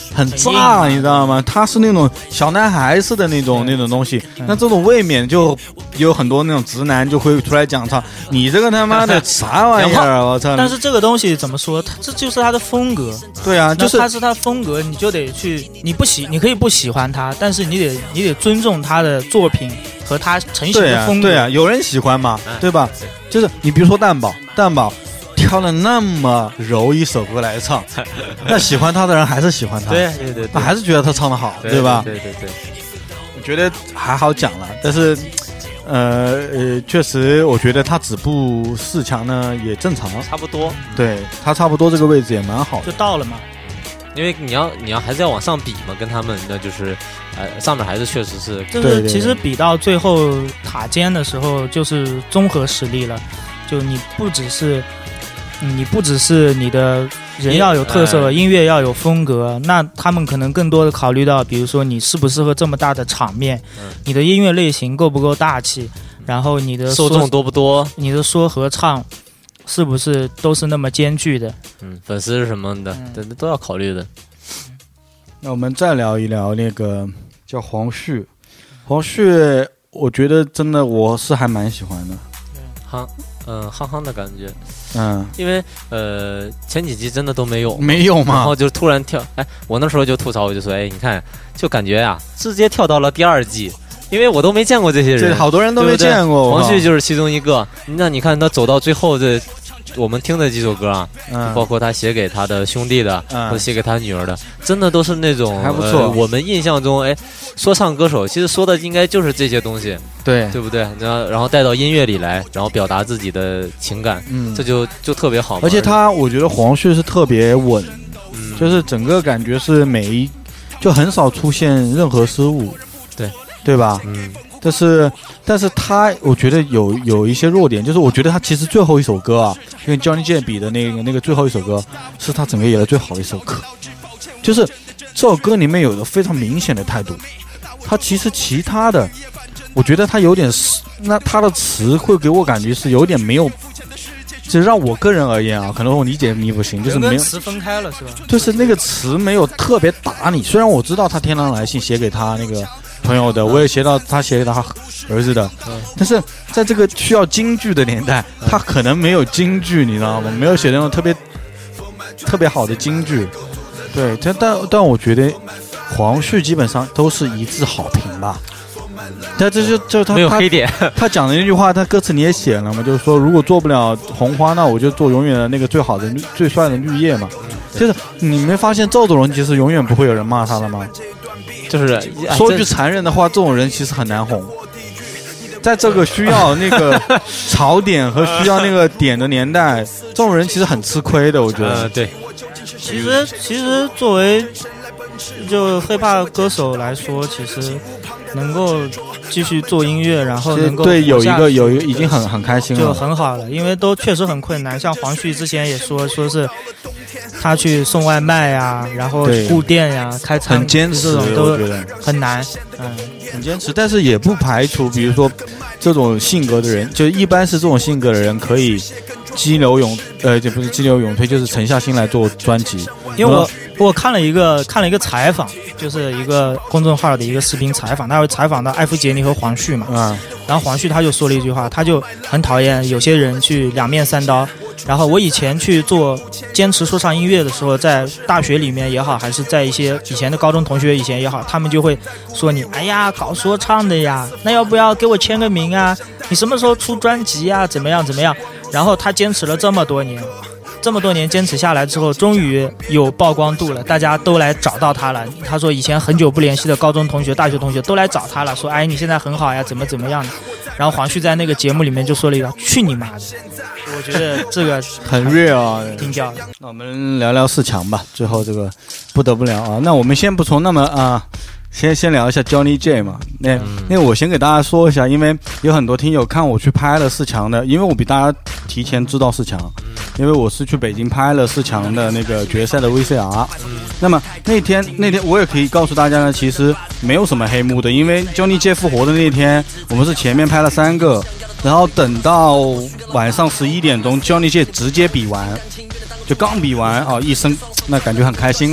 很炸，你知道吗？他是那种小男孩似的那种东西，那这种未免就有很多那种直男就会出来讲他，你这个他妈的啥玩意儿，我操！ 但是这个东西怎么说？这就是他的风格。 对啊，就是他是他风格，你就得去，你可以不喜欢他，但是你得尊重他的作品和他呈现的风格。 对啊，有人喜欢嘛，对吧？就是你比如说蛋宝挑了那么柔一首歌来唱，那喜欢他的人还是喜欢他， 对， 他还是觉得他唱得好，对吧？ 对， 我觉得还好讲了，但是确实我觉得他止步4强呢也正常， 差不多， 对他差不多这个位置也蛮好的， 就到了嘛。 因为你要还是要往上比嘛，跟他们那就是上面还是确实是， 就是其实比到最后塔尖的时候就是综合实力了，就你不只是你的人要有特色，音乐要有风格，那他们可能更多的考虑到，比如说你适不适合这么大的场面，你的音乐类型够不够大气，然后你的受众多不多， 你的说合唱是不是都是那么艰巨的， 粉丝什么的，都要考虑的。 那我们再聊一聊那个叫黄旭，我觉得真的我是还蛮喜欢的， 憨憨的感觉，因为前几集真的都没有吗？然后就突然跳，我那时候就吐槽，我就说，你看，就感觉呀，直接跳到了第2季，因为我都没见过这些人， 好多人都没见过， 黄旭就是其中一个。那你看他走到最后的，我们听的几首歌啊，包括他写给他的兄弟的，或者写给他女儿的，真的都是那种还不错。 我们印象中，说唱歌手其实说的应该就是这些东西，对不对？然后带到音乐里来，然后表达自己的情感，这就特别好。 而且我觉得黄旭是特别稳，就是整个感觉是就很少出现任何失误，对吧？但是他我觉得有一些弱点，就是我觉得他其实最后一首歌啊，跟 Johnny J 比的那个最后一首歌，是他整个以来最好的一首歌。就是这首歌里面有着非常明显的态度，他其他的，我觉得他有点，那他的词会给我感觉是有点没有。就让我个人而言啊，可能我理解你不行，就是没有词分开了是吧？ 就是那个词没有特别打你。虽然我知道他《天狼来信》写给他那个朋友的，我也他写给他儿子的，但是在这个需要京剧的年代，他可能没有京剧，你知道吗？没有写那种特别好的京剧。对，但我觉得黄旭基本上都是一致好评吧。但这就他没有黑点， 他讲的那句话，他歌词你也写了嘛，就是说如果做不了红花，那我就做永远的那个最好的最帅的绿叶嘛。就是你没发现赵子龙其实永远不会有人骂他了吗？ 就是说句残忍的话，这种人其实很难红。在这个需要那个槽点和需要那个点的年代，这种人其实很吃亏的，我觉得。 对。 其实作为就hiphop歌手来说，其实能够继续做音乐，然后能够对有一个已经很开心了， 就很好了。因为都确实很困难，像黄旭之前也说是他去送外卖呀，然后顾店呀，开餐很坚持， 这种都很难， 很坚持。但是也不排除，比如说这种性格的人，就一般是这种性格的人可以激流勇退，就是沉下心来做专辑。 因为我看了一个采访，就是一个公众号的一个视频采访，他会采访到艾弗杰尼和黄旭嘛，然后黄旭他就说了一句话，他就很讨厌有些人去两面三刀。然后我以前去做坚持说唱音乐的时候，在大学里面也好，还是在一些以前的高中同学以前也好，他们就会说你，哎呀，搞说唱的呀，那要不要给我签个名啊？你什么时候出专辑啊？怎么样？然后他坚持了这么多年坚持下来之后，终于有曝光度了，大家都来找到他了。他说以前很久不联系的高中同学、大学同学都来找他了，说哎你现在很好呀，怎么样的。然后黄旭在那个节目里面就说了一个去你妈的，我觉得这个很 real 啊， 挺屌的。 那我们聊聊4强吧，最后这个不得不聊啊。那我们先不从那么先聊一下 Johnny J 嘛。那我先给大家说一下，因为有很多听友看我去拍了4强的，因为我比大家提前知道4强，因为我是去北京拍了4强的那个决赛的 VCR。那么那天我也可以告诉大家呢，其实没有什么黑幕的，因为 Johnny J 复活的那天，我们是前面拍了3个，然后等到晚上11点钟 ，Johnny J 直接比完。就刚比完啊，一声，那感觉很开心啊，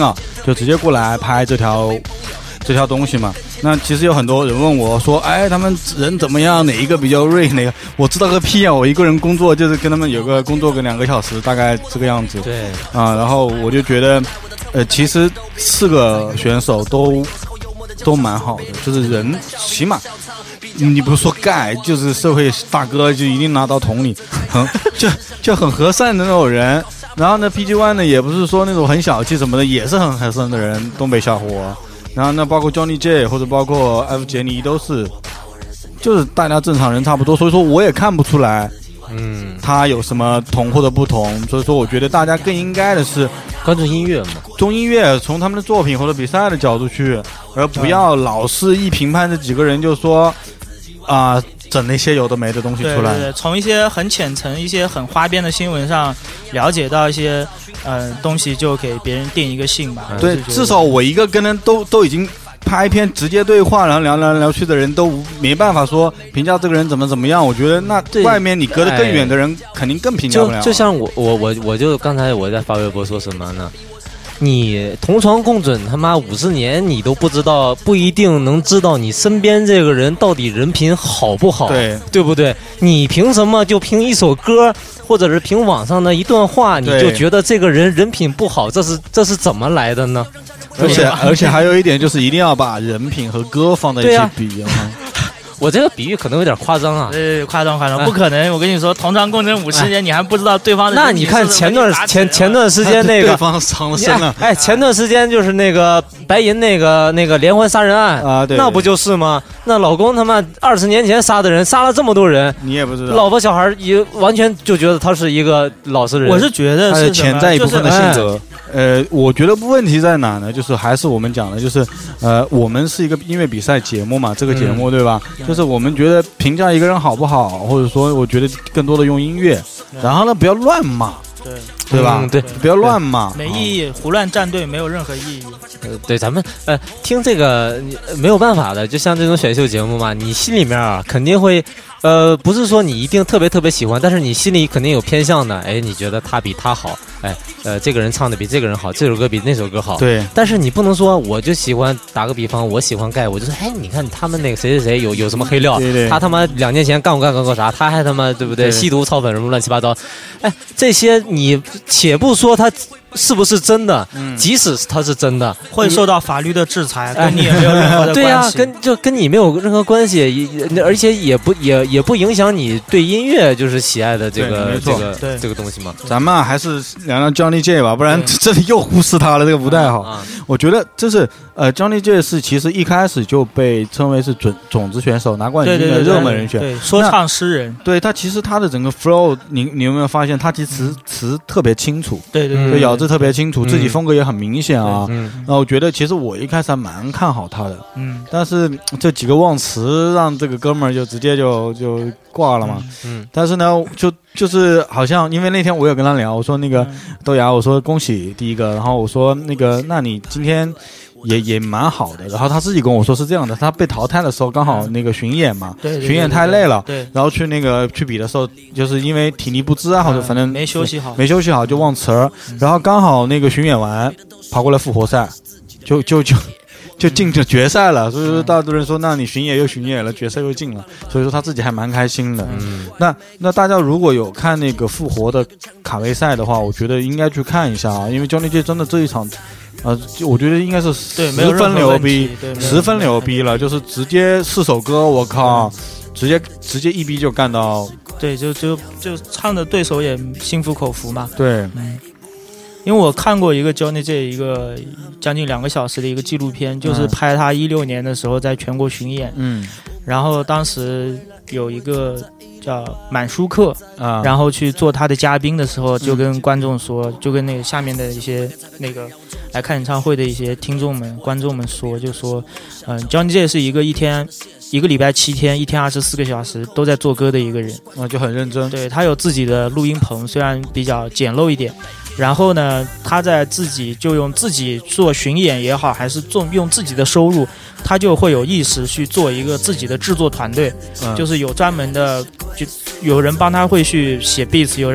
就直接过来拍这条东西嘛。那其实有很多人问我说，哎，他们人怎么样？哪一个比较锐？哪个？我知道个屁啊！我一个人工作就是跟他们有个工作个2个小时，大概这个样子。 对啊，然后我就觉得，其实4个选手都蛮好的，就是人起码。你不是说盖就是社会大哥就一定拿到桶里，就很和善的那种人。然后呢 PG One 呢也不是说那种很小气什么的，也是很和善的人，东北小伙。然后呢包括 Johnny J 或者包括 F 杰尼都是，就是大家正常人差不多，所以说我也看不出来他有什么同或者不同。所以说我觉得大家更应该的是关注音乐嘛， 从音乐从他们的作品或者比赛的角度去，而不要老是一评判这几个人就说整那些有的没的东西出来。 对，从一些很浅层、一些很花边的新闻上了解到一些东西，就给别人定一个性吧。 对，至少我一个跟人都已经拍片直接对话，然后聊来聊去的人都没办法说评价这个人怎么样。我觉得那外面你隔得更远的人肯定更评价不了。 就像我就刚才我在发微博说什么呢？你同床共枕他妈50年，你都不知道，不一定能知道你身边这个人到底人品好不好，对不对？你凭什么就凭一首歌，或者是凭网上的一段话，你就觉得这个人品不好？这是怎么来的呢？ 而且还有一点就是一定要把人品和歌放在一起比。 我这个比喻可能有点夸张啊， 夸张，不可能！我跟你说，同床共枕50年，你还不知道对方的。 那你看前段时间那个对方伤了身了， 前段时间就是那个白银那个连环杀人案啊，对， 那不就是吗？那老公他妈20年前杀的人，杀了这么多人， 你也不知道， 老婆小孩也完全就觉得他是一个老实人。 我是觉得是潜在一部分的性格。我觉得问题在哪呢？就是还是我们讲的，就是我们是一个音乐比赛节目嘛，这个节目对吧？就是我们觉得评价一个人好不好，或者说我觉得更多的用音乐，然后呢不要乱骂，对吧？ 对， 不要乱骂， 没意义，胡乱站队没有任何意义。 对，咱们听这个没有办法的，就像这种选秀节目嘛，你心里面肯定会不是说你一定特别喜欢，但是你心里肯定有偏向的。哎，你觉得他比他好，这个人唱的比这个人好，这首歌比那首歌好。 对， 但是你不能说我就喜欢，打个比方，我喜欢盖，我就说，你看他们那个谁有什么黑料， 对他他妈2年前干过啥，他还他妈对不对？吸毒、操粉什么乱七八糟，这些你且不说他是不是真的，即使他是真的， 会受到法律的制裁，跟你也没有任何的关系。 对呀，跟你没有任何关系，而且也不影响你对音乐就是喜爱的这个东西嘛。 咱们还是聊聊 Johnny J 吧，不然这里又忽视他了，这个不太好。我觉得这是Johnny J 是其实一开始就被称为是种子选手，拿冠军的热门人选， 对，说唱诗人。对， 他其实他的整个 flow， 你有没有发现他其实词特别清楚， 对， 咬字特别清楚，自己风格也很明显啊。那我觉得其实我一开始还蛮看好他的，但是这几个忘词让这个哥们儿就直接就挂了嘛。但是呢，就是好像因为那天我有跟他聊，我说那个豆芽，我说恭喜第一个，然后我说那个那你今天也蛮好的，然后他自己跟我说是这样的，他被淘汰的时候刚好那个巡演嘛，巡演太累了，然后去比的时候，就是因为体力不支啊，或者反正没休息好就忘词儿，然后刚好那个巡演完跑过来复活赛，就进了决赛了，所以说大多人说，那你巡演又巡演了，决赛又进了，所以说他自己还蛮开心的。那大家如果有看那个复活的卡位赛的话，我觉得应该去看一下啊，因为 Johnny J 真的这一场。我觉得应该是10分牛逼，10分牛逼了，就是直接4首歌，我靠，直接一逼就干到， 对，就唱的对手也心服口服嘛。 对， 因为我看过一个 Johnny J 一个将近2个小时的一个纪录片，就是拍他16年的时候在全国巡演，然后当时有一个叫满舒克然后去做他的嘉宾的时候，就跟观众说，就跟那个下面的一些那个来看演唱会的一些听众们、观众们说，就说，Johnny J 是一个礼拜7天，1天24个小时都在做歌的一个人， 就很认真。 对，他有自己的录音棚，虽然比较简陋一点。然后呢，他在自己就用自己做巡演也好，还是用自己的收入，他就会有意识去做一个自己的制作团队，就是有专门的，就有人帮他会去写 beats，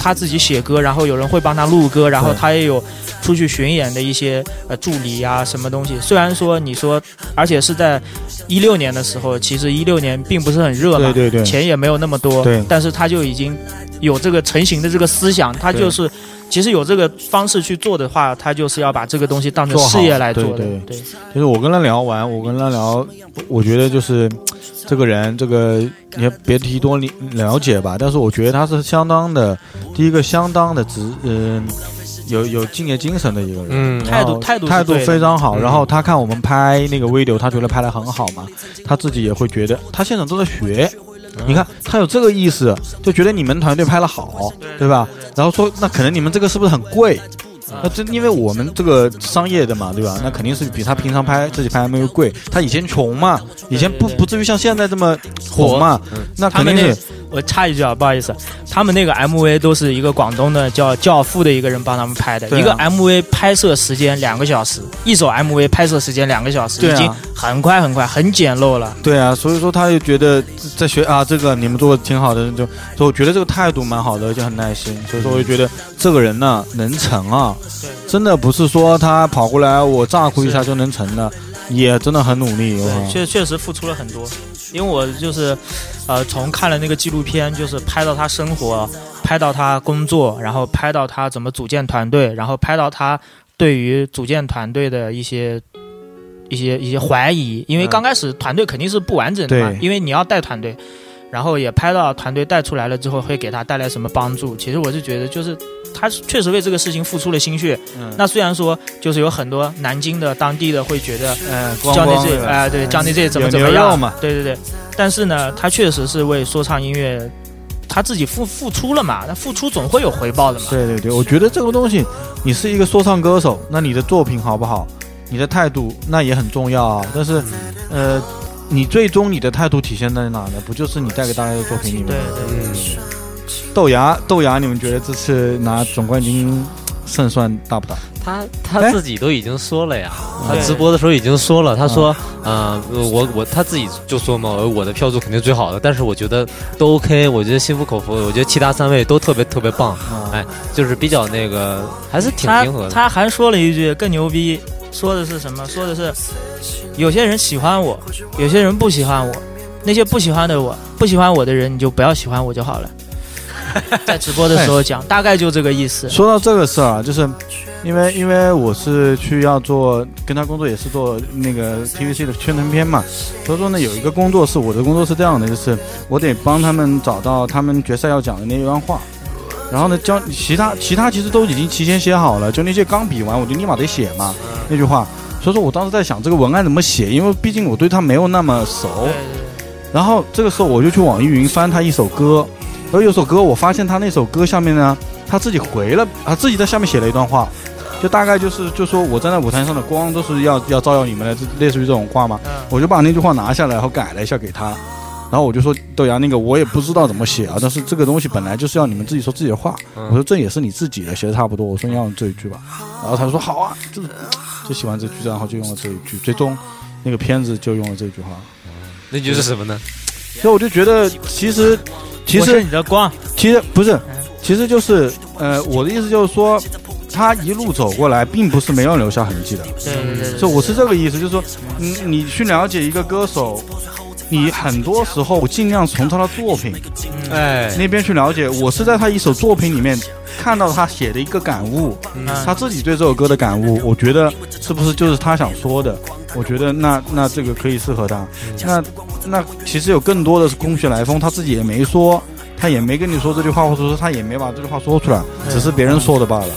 他自己写歌，然后有人会帮他录歌，然后他也有出去巡演的一些助理啊什么东西。虽然说你说，而且是在16年的时候，其实16年并不是很热嘛， 对， 钱也没有那么多， 对， 但是他就已经有这个成型的这个思想，他就是其实有这个方式去做的话，他就是要把这个东西当成事业来做的。对， 就是我跟他聊完，我觉得就是这个人，这个你也别提多了解吧，但是我觉得他是相当的，第一个相当的有敬业精神的一个人，态度非常好。然后他看我们拍那个 video， 他觉得拍得很好嘛，他自己也会觉得他现场都在学。你看他有这个意思，就觉得你们团队拍得好，对吧？然后说那可能你们这个是不是很贵？那这因为我们这个商业的嘛，对吧？那肯定是比他平常自己拍MV贵。他以前穷嘛，以前不至于像现在这么火嘛。那肯定是。 我插一句啊，不好意思，他们那个 MV 都是一个广东的叫教父的一个人帮他们拍的，一个 MV 拍摄时间2个小时，一首 MV 拍摄时间2个小时，已经很快很简陋了。对啊， 所以说他就觉得在学啊，这个你们做的挺好的，就我觉得这个态度蛮好的，而且很耐心。所以说我就觉得这个人呢能成啊，真的不是说他跑过来我咋呼一下就能成的，也真的很努力。 确实付出了很多。因为我就是，从看了那个纪录片，就是拍到他生活，拍到他工作，然后拍到他怎么组建团队，然后拍到他对于组建团队的一些怀疑，因为刚开始团队肯定是不完整的嘛，因为你要带团队，然后也拍到团队带出来了之后会给他带来什么帮助。其实我是觉得就是他确实为这个事情付出了心血。那虽然说就是有很多南京的当地的会觉得Johnny J 对 Johnny J 怎么样嘛，对，但是呢他确实是为说唱音乐他自己付出了嘛，那付出总会有回报的嘛。 对，我觉得这个东西你是一个说唱歌手，那你的作品好不好，你的态度那也很重要啊。但是你最终你的态度体现在哪呢？不就是你带给大家的作品里面？对。豆芽，你们觉得这次拿总冠军胜算大不大？ 他自己都已经说了呀，他直播的时候已经说了，他说，他自己就说嘛，我的票数肯定最好的，但是我觉得都 OK， 我觉得心服口服，我觉得其他3位都特别特别棒，就是比较那个，还是挺平和的。 他还说了一句更牛逼，说的是什么？说的是有些人喜欢我，有些人不喜欢我，那些不喜欢我的人，你就不要喜欢我就好了。在直播的时候讲，大概就这个意思。 说到这个事儿啊，就是因为我是要做跟他工作，也是做那个 TVC 的宣传片嘛，所以说呢有一个工作是我的工作是这样的，就是我得帮他们找到他们决赛要讲的那一段话，然后呢教其他其实都已经提前写好了，就那些刚比完我就立马得写嘛那句话。所以说我当时在想这个文案怎么写，因为毕竟我对他没有那么熟。然后这个时候我就去网易云翻他一首歌。然后有首歌我发现他那首歌下面呢他自己回了，他自己在下面写了一段话，就大概就说我站在舞台上的光都是要照耀你们的，类似于这种话嘛。我就把那句话拿下来然后改了一下给他，然后我就说豆芽那个我也不知道怎么写啊，但是这个东西本来就是要你们自己说自己的话，我说这也是你自己的，写的差不多，我说你要用这一句吧，然后他就说好啊，就喜欢这句，然后就用了这一句，最终那个片子就用了这句话。 那句是什么呢？ 所以我就觉得其实我是你的光， 其实不是，其实就是我的意思就是说他一路走过来并不是没有留下痕迹的。 对， 所以我是这个意思，就是说你去了解一个歌手，你很多时候我尽量从他的作品那边去了解，我是在他一首作品里面看到他写的一个感悟，他自己对这首歌的感悟，我觉得是不是就是他想说的，我觉得那这个可以适合他。那其实有更多的是空穴来风，他自己也没说，他也没跟你说这句话，或者说他也没把这句话说出来，只是别人说的罢了。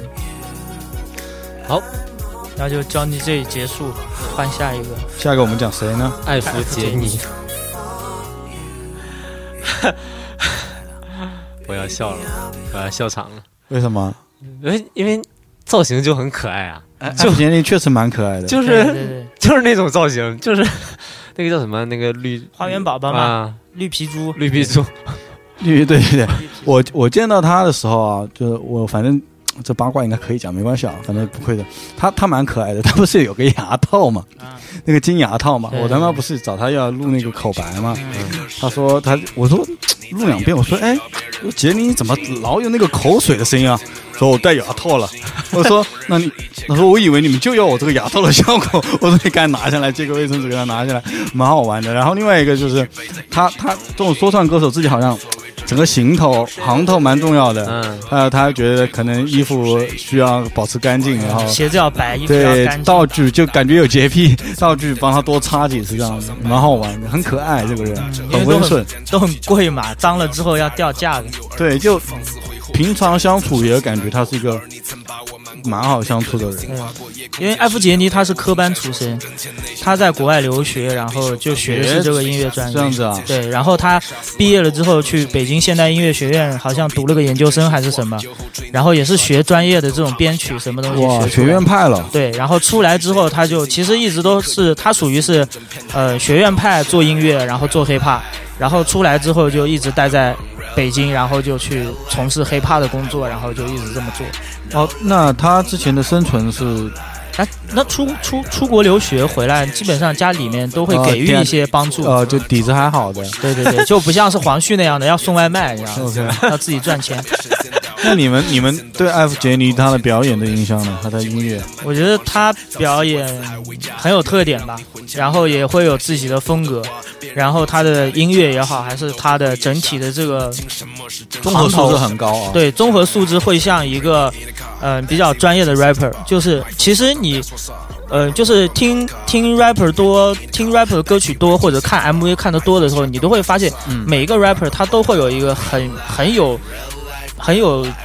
好，那就Johnny J结束，换下一个我们讲谁呢？ 艾弗杰尼。我要笑了，我要笑场了。 为什么？ 因为造型就很可爱啊。 艾弗杰尼确实蛮可爱的， 就是那种造型，就是那个叫什么，那个绿花园宝宝嘛，绿皮猪， 对，我见到他的时候啊，就是我反正这八卦应该可以讲，没关系啊，反正不会的。他蛮可爱的，他不是有个牙套嘛，那个金牙套嘛，我他妈不是找他要录那个口白嘛，他说我说录2遍，我说杰尼怎么老有那个口水的声音啊？说我戴牙套了。我说他说我以为你们就要我这个牙套的效果。我说你赶紧拿下来，接个卫生纸给他拿下来，蛮好玩的。然后另外一个就是他这种说唱歌手自己好像整个行头蛮重要的。他觉得可能衣服需要保持干净，然后鞋子要白，衣服要干净。 道具就感觉有洁癖，道具帮他多擦几次，这样子蛮好玩的，很可爱。这个人很温顺， 都很贵嘛，脏了之后要掉价的。 对，就平常相处也感觉他是一个蛮好相处的人。 因为艾弗杰尼他是科班出身，他在国外留学，然后就学的是这个音乐专业。 这样子啊？ 对，然后他毕业了之后去北京现代音乐学院，好像读了个研究生还是什么，然后也是学专业的这种编曲什么东西。 哇，学院派了。 对，然后出来之后他就其实一直都是他属于是学院派做音乐，然后做 hiphop， 然后出来之后就一直待在北京，然后就去从事 hiphop 的工作，然后就一直这么做。 哦，那他之前的生存是？ 那出国留学回来，基本上家里面都会给予一些帮助。 就底子还好的。 对对对，就不像是黄旭那样的要送外卖，这样 okay. 要自己赚钱。 那你们对艾弗杰尼他的表演的印象呢？他的音乐？ 我觉得他表演很有特点吧，然后也会有自己的风格，然后他的音乐也好，还是他的整体的这个综合素质很高啊。 对，综合素质会像一个比较专业的 rapper， 就是其实你就是听 rapper 多，听 rapper 歌曲多，或者看 MV 看得多的时候，你都会发现每一个 rapper 他都会有一个很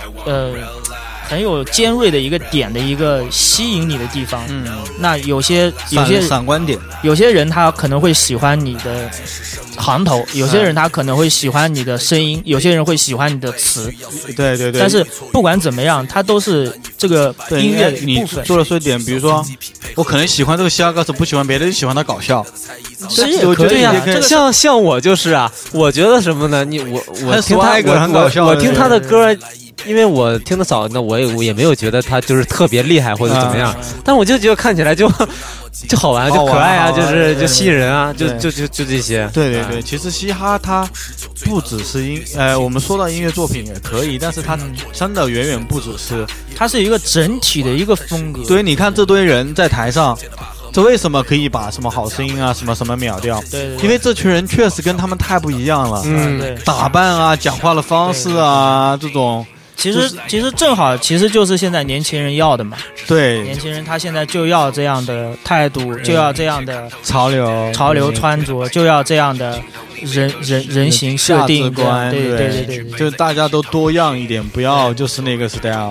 有尖锐的一个点的一个吸引你的地方。那有些闪光点， 有些人他可能会喜欢你的行头，有些人他可能会喜欢你的声音，有些人会喜欢你的词。 对对对。 但是不管怎么样，他都是这个音乐的一部分。 你说的是一点，比如说我可能喜欢这个嘻哈歌手，不喜欢别的，就喜欢他搞笑。 对呀，像我就是啊，我觉得什么呢？我听他很搞笑， 我听他的歌。因为我听得少，那我也没有觉得他就是特别厉害或者怎么样，但我就觉得看起来就好玩，就可爱啊，就吸引人啊，就这些。 对对对，其实嘻哈它不只是我们说到音乐作品也可以，但是它真的远远不只是， 它是一个整体的一个风格。 对，你看这堆人在台上。这为什么可以把什么好声音啊什么秒掉？ 对， 因为这群人确实跟他们太不一样了。 对， 打扮啊，讲话的方式啊，这种。 其实正好，其实就是现在年轻人要的嘛。 对， 年轻人他现在就要这样的态度，就要这样的潮流穿着，就要这样的人形设定观。 对， 就大家都多样一点，不要就是那个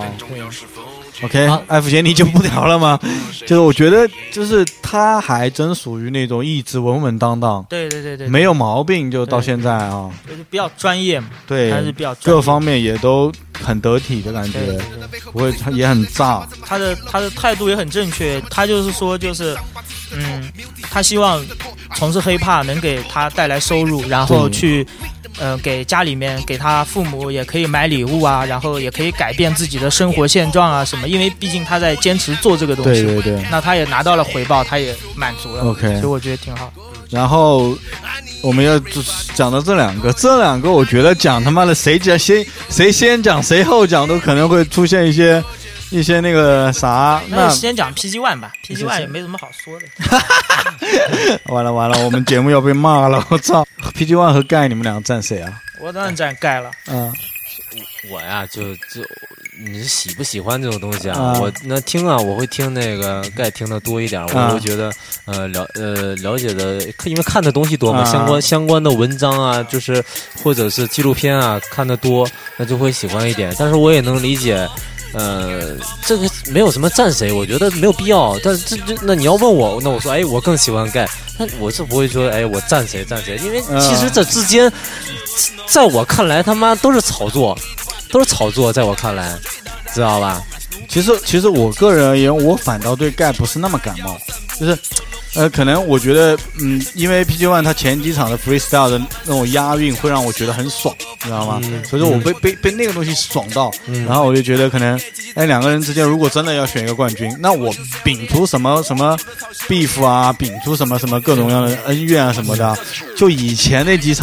style。OK， 艾弗杰尼就不聊了吗？就是我觉得，就是他还真属于那种一直稳稳当当， 对， 没有毛病，就到现在啊， 就是比较专业嘛， 对， 还是比较专业， 各方面也都很得体的感觉，不会也很炸。 他的态度也很正确，他就是说，他希望从事 hiphop 能给他带来收入，然后去。给家里面给他父母也可以买礼物啊，然后也可以改变自己的生活现状啊什么，因为毕竟他在坚持做这个东西， 对， 那他也拿到了回报，他也满足了 ，OK， 所以我觉得挺好。 然后我们要讲的这两个，我觉得讲他妈的谁先讲谁后讲都可能会出现一些那个啥， 那先讲 PG One 吧 ，PG One 也没什么好说的。 完了，我们节目要被骂了，我操 ！PG One 和盖，你们两个站谁啊？ 我当然站盖了。 我呀，就你是喜不喜欢这种东西啊？我那听啊，我会听那个盖听的多一点，我会觉得了解的，因为看的东西多嘛，相关的文章啊，就是或者是纪录片啊，看的多，那就会喜欢一点。但是我也能理解。这个没有什么站谁，我觉得没有必要。但是那你要问我，那我说，我更喜欢盖，那我是不会说，我站谁，因为其实这之间，在我看来，他妈都是炒作，在我看来，知道吧？ 其实我个人而言，我反倒对盖不是那么感冒，就是。可能我觉得，因为 PG One 他前几场的 freestyle 的那种押韵会让我觉得很爽，你知道吗？所以说我被那个东西爽到，然后我就觉得可能，两个人之间如果真的要选一个冠军，那我摒除什么 beef 啊，摒除什么各种各样的恩怨啊什么的，就以前那几场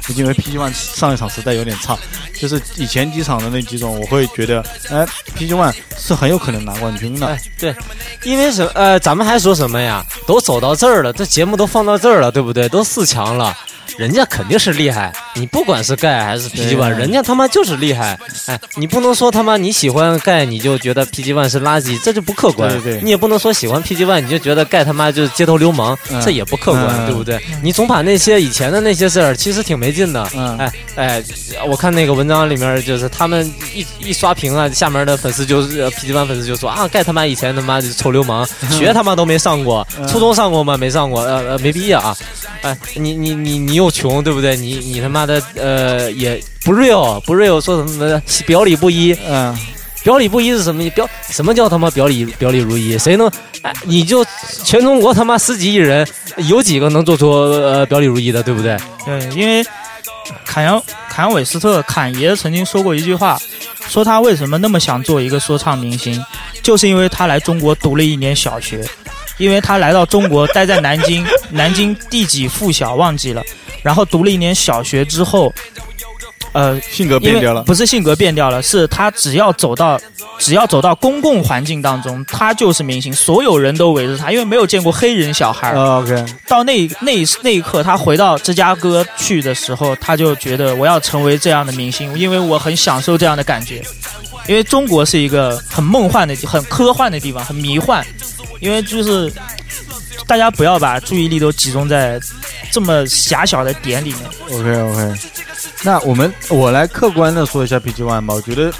因为 PG One 上一场实在有点差，就是以前几场的那几种，我会觉得，PG One 是很有可能拿冠军的。 对，因为咱们还说什么呀？都走到这儿了，这节目都放到这儿了，对不对？都4强了。人家肯定是厉害，你不管是盖还是 PG One， 人家他妈就是厉害。你不能说他妈你喜欢盖你就觉得 PG One 是垃圾，这就不客观。 对， 你也不能说喜欢 PG One 你就觉得盖他妈就是街头流氓，这也不客观，对不对？你总把那些以前的那些事儿，其实挺没劲的。我看那个文章里面就是他们一刷屏啊，下面的粉丝就是 PG One 粉丝就说啊，盖他妈以前他妈臭流氓，学他妈都没上过，初中上过吗？没上过，没毕业啊。你又穷，对不对？你他妈的也不 real，说什么表里不一，表里不一是什么？什么叫他妈表里如一？谁能？你就全中国他妈10几亿人，有几个能做出表里如一的，对不对？ 对，因为坎扬韦斯特坎爷曾经说过一句话，说他为什么那么想做一个说唱明星，就是因为他来中国读了1年小学。因为他来到中国，待在南京第几附小忘记了，然后读了1年小学之后， 性格变掉了， 不是性格变掉了，是他只要走到公共环境当中，他就是明星，所有人都围着他，因为没有见过黑人小孩。 OK， 到那一刻，他回到芝加哥去的时候，他就觉得我要成为这样的明星，因为我很享受这样的感觉。因为中国是一个很梦幻的、很科幻的地方，很迷幻。因为就是大家不要把注意力都集中在这么狭小的点里面。 OK， 那我来客观的说一下 PG One 吧。我觉得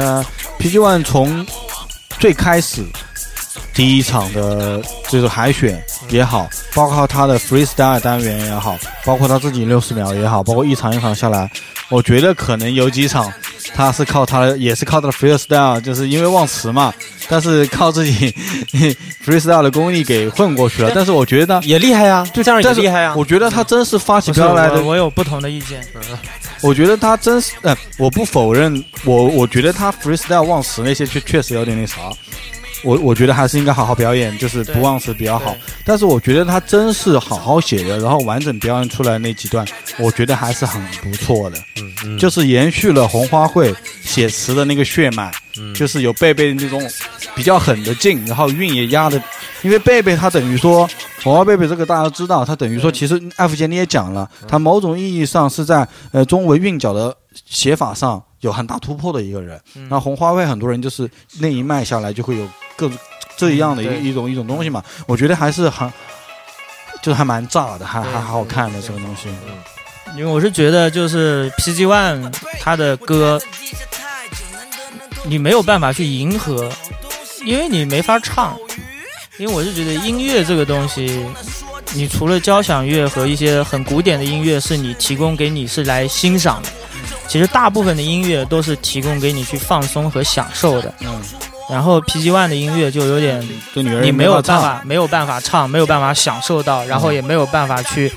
PG One 从最开始第一场的就是海选也好，包括他的 freestyle 单元也好，包括他自己60秒也好，包括一场一场下来，我觉得可能有几场他是也是靠他的 freestyle， 就是因为忘词嘛，但是靠自己freestyle 的功力给混过去了。但是我觉得也厉害呀，就这样也厉害呀。 我觉得他真是发起飙来的。 我有不同的意见。 我觉得他真是，我不否认，我觉得他 freestyle 忘词那些确实有点那啥。我觉得还是应该好好表演，就是不忘词比较好。但是我觉得他真是好好写的，然后完整表演出来那几段，我觉得还是很不错的。就是延续了红花会写词的那个血脉，就是有贝贝那种比较狠的劲，然后韵也压的。因为贝贝他等于说红花贝贝这个大家都知道，他等于说其实艾弗杰尼也讲了，他某种意义上是在中文韵脚的写法上有很大突破的一个人。那红花会很多人就是那一脉下来就会有各种这样的一种东西嘛，我觉得还是还蛮炸的，还好看的这个东西。 因为我是觉得就是 PG One 他的歌你没有办法去迎合，因为你没法唱。因为我是觉得音乐这个东西，你除了交响乐和一些很古典的音乐是你提供给你是来欣赏的，其实大部分的音乐都是提供给你去放松和享受的。然后 PG One 的音乐就有点你没有办法唱，没有办法享受到，然后也没有办法去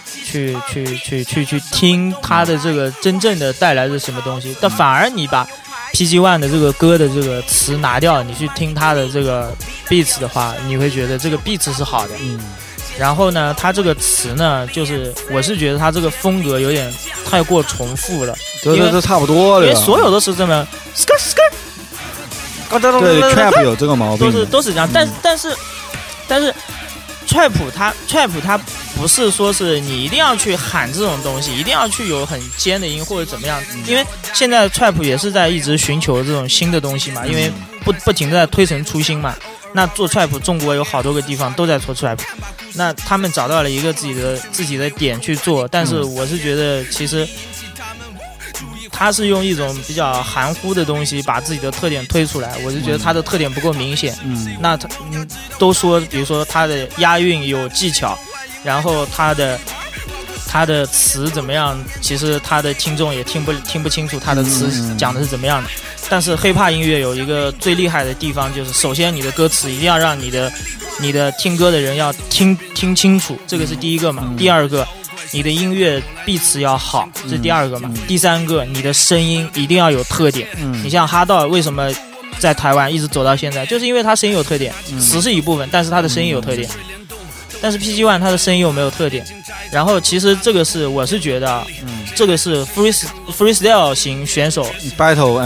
听它的这个真正的带来的什么东西。但反而你把 PG One 的这个歌的这个词拿掉，你去听它的这个 beats 的话，你会觉得这个 beats 是好的。然后呢，它这个词呢，就是我是觉得它这个风格有点太过重复了， 这差不多了， 因为所有都是这么 skr。 对 trap 有这个毛病， 都是这样。但是 trap 它不是说是你一定要去喊这种东西，一定要去有很尖的音或者怎么样。因为现在 trap 也是在一直寻求这种新的东西嘛，因为不停地在推陈出新嘛。那做 trap， 中国有好多个地方都在做 trap， 那他们找到了一个自己的点去做。但是我是觉得其实他是用一种比较含糊的东西把自己的特点推出来，我就觉得他的特点不够明显。那他都说，比如说他的押韵有技巧，然后他的词怎么样，其实他的听众也听不清楚他的词讲的是怎么样的。但是hiphop音乐有一个最厉害的地方，就是首先你的歌词一定要让你的听歌的人要听清楚，这个是第一个嘛。第二个，你的音乐beat词要好，这是第二个嘛。第三个，你的声音一定要有特点。你像哈道为什么在台湾一直走到现在，就是因为他声音有特点，词是一部分，但是他的声音有特点。 但是 PG One 它的声音又没有特点。然后其实这个是我是觉得，这个是 freestyle 型选手 Battle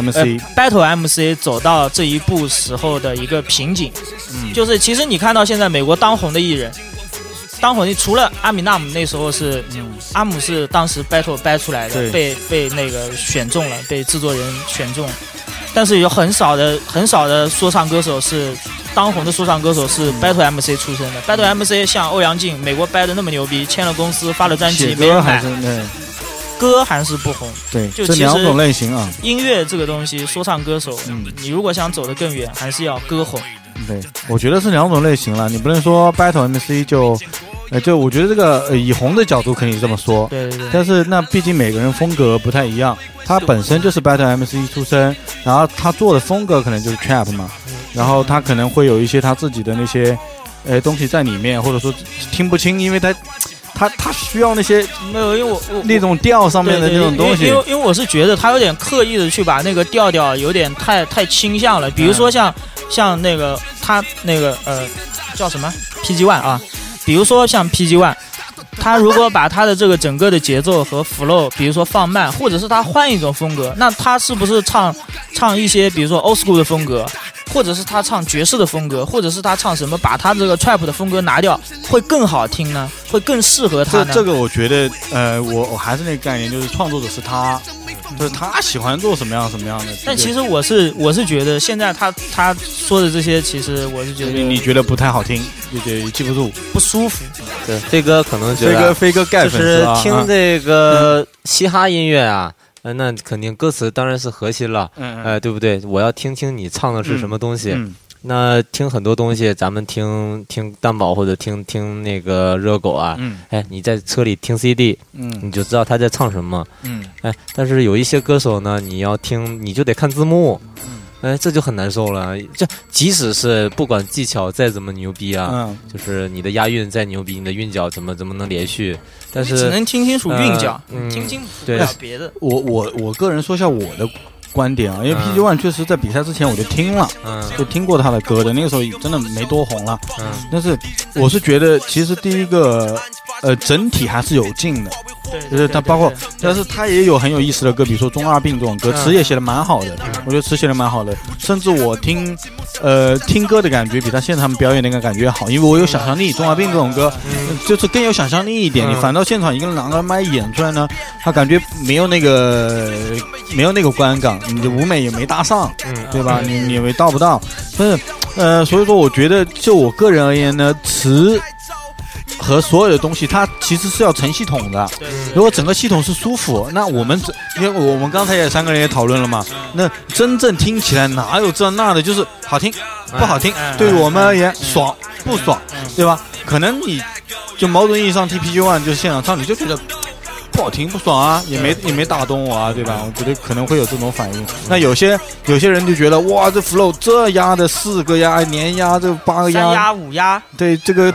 MC 走到这一步时候的一个瓶颈。就是其实你看到现在美国当红的艺人。除了阿米纳姆那时候是，阿姆是当时 battle 掰出来的，被那个选中了，被制作人选中。但是有很少的说唱歌手是当红的说唱歌手是 battle MC 出身的。battle MC 像欧阳靖，美国掰的那么牛逼，签了公司，发了专辑，没人买，歌还是不红。 对， 就这两种类型啊。 音乐这个东西，说唱歌手，你如果想走得更远，还是要歌红。 对，我觉得是两种类型了，你不能说 battle MC 就我觉得这个以红的角度可以这么说， 对， 但是那毕竟每个人风格不太一样，他本身就是 battle MC 出身，然后他做的风格可能就是 trap 嘛，然后他可能会有一些他自己的那些东西在里面，或者说听不清，因为他需要那些没有，因为我那种调上面的那种东西， 因为我是觉得他有点刻意的去把那个调有点太倾向了，比如说像那个他那个叫什么 PG One 啊。比如说像 PG One， 他如果把他的这个整个的节奏和 flow， 比如说放慢，或者是他换一种风格，那他是不是唱一些比如说 old school 的风格，或者是他唱爵士的风格，或者是他唱什么，把他这个 trap 的风格拿掉，会更好听呢？会更适合他呢？ 这个我觉得，我还是那个概念，就是创作者是他。就是他喜欢做什么样的， 但其实我是觉得现在他说的这些，其实我是觉得你觉得不太好听，也记不住， 不舒服。 对，飞哥可能觉得飞哥盖粉丝就是听这个嘻哈音乐啊。那肯定歌词当然是核心了，对不对？我要听听你唱的是什么东西。那听很多东西，咱们听蛋堡或者听那个热狗啊，你在车里听 CD，你就知道他在唱什么，但是有一些歌手呢，你要听你就得看字幕，这就很难受了。这即使是不管技巧再怎么牛逼啊，就是你的押韵再牛逼，你的韵脚怎么能连续，但是只能听清楚韵脚，听清不了别的。 我个人说一下我的观点啊，因为 PG One 确实在比赛之前我就听了，就听过他的歌的，那个时候真的没多红了，但是我是觉得其实第一个整体还是有劲的，就是他包括，但是他也有很有意思的歌，比如说中二病这种歌，词也写的蛮好的，我觉得词写的蛮好的，甚至我听歌的感觉比他现场表演那个感觉好，因为我有想象力，中二病这种歌就是更有想象力一点，你反倒现场一个人拿个麦演出来呢，他感觉没有那个观感，你的舞美也没搭上，对吧？你也没到不到，但是所以说我觉得就我个人而言呢，词和所有的东西它其实是要成系统的，如果整个系统是舒服，那因为我们刚才也3个人也讨论了嘛，那真正听起来哪有这那的，就是好听不好听，对于我们而言爽不爽，对吧？可能你就某种意义上听 PG One 就是现场唱，你就觉得不好听不爽啊，也没打动我啊，对吧？我觉得可能会有这种反应。那有些人就觉得哇，这 flow 这压的4个压连压，这8个压 3压5压， 对这个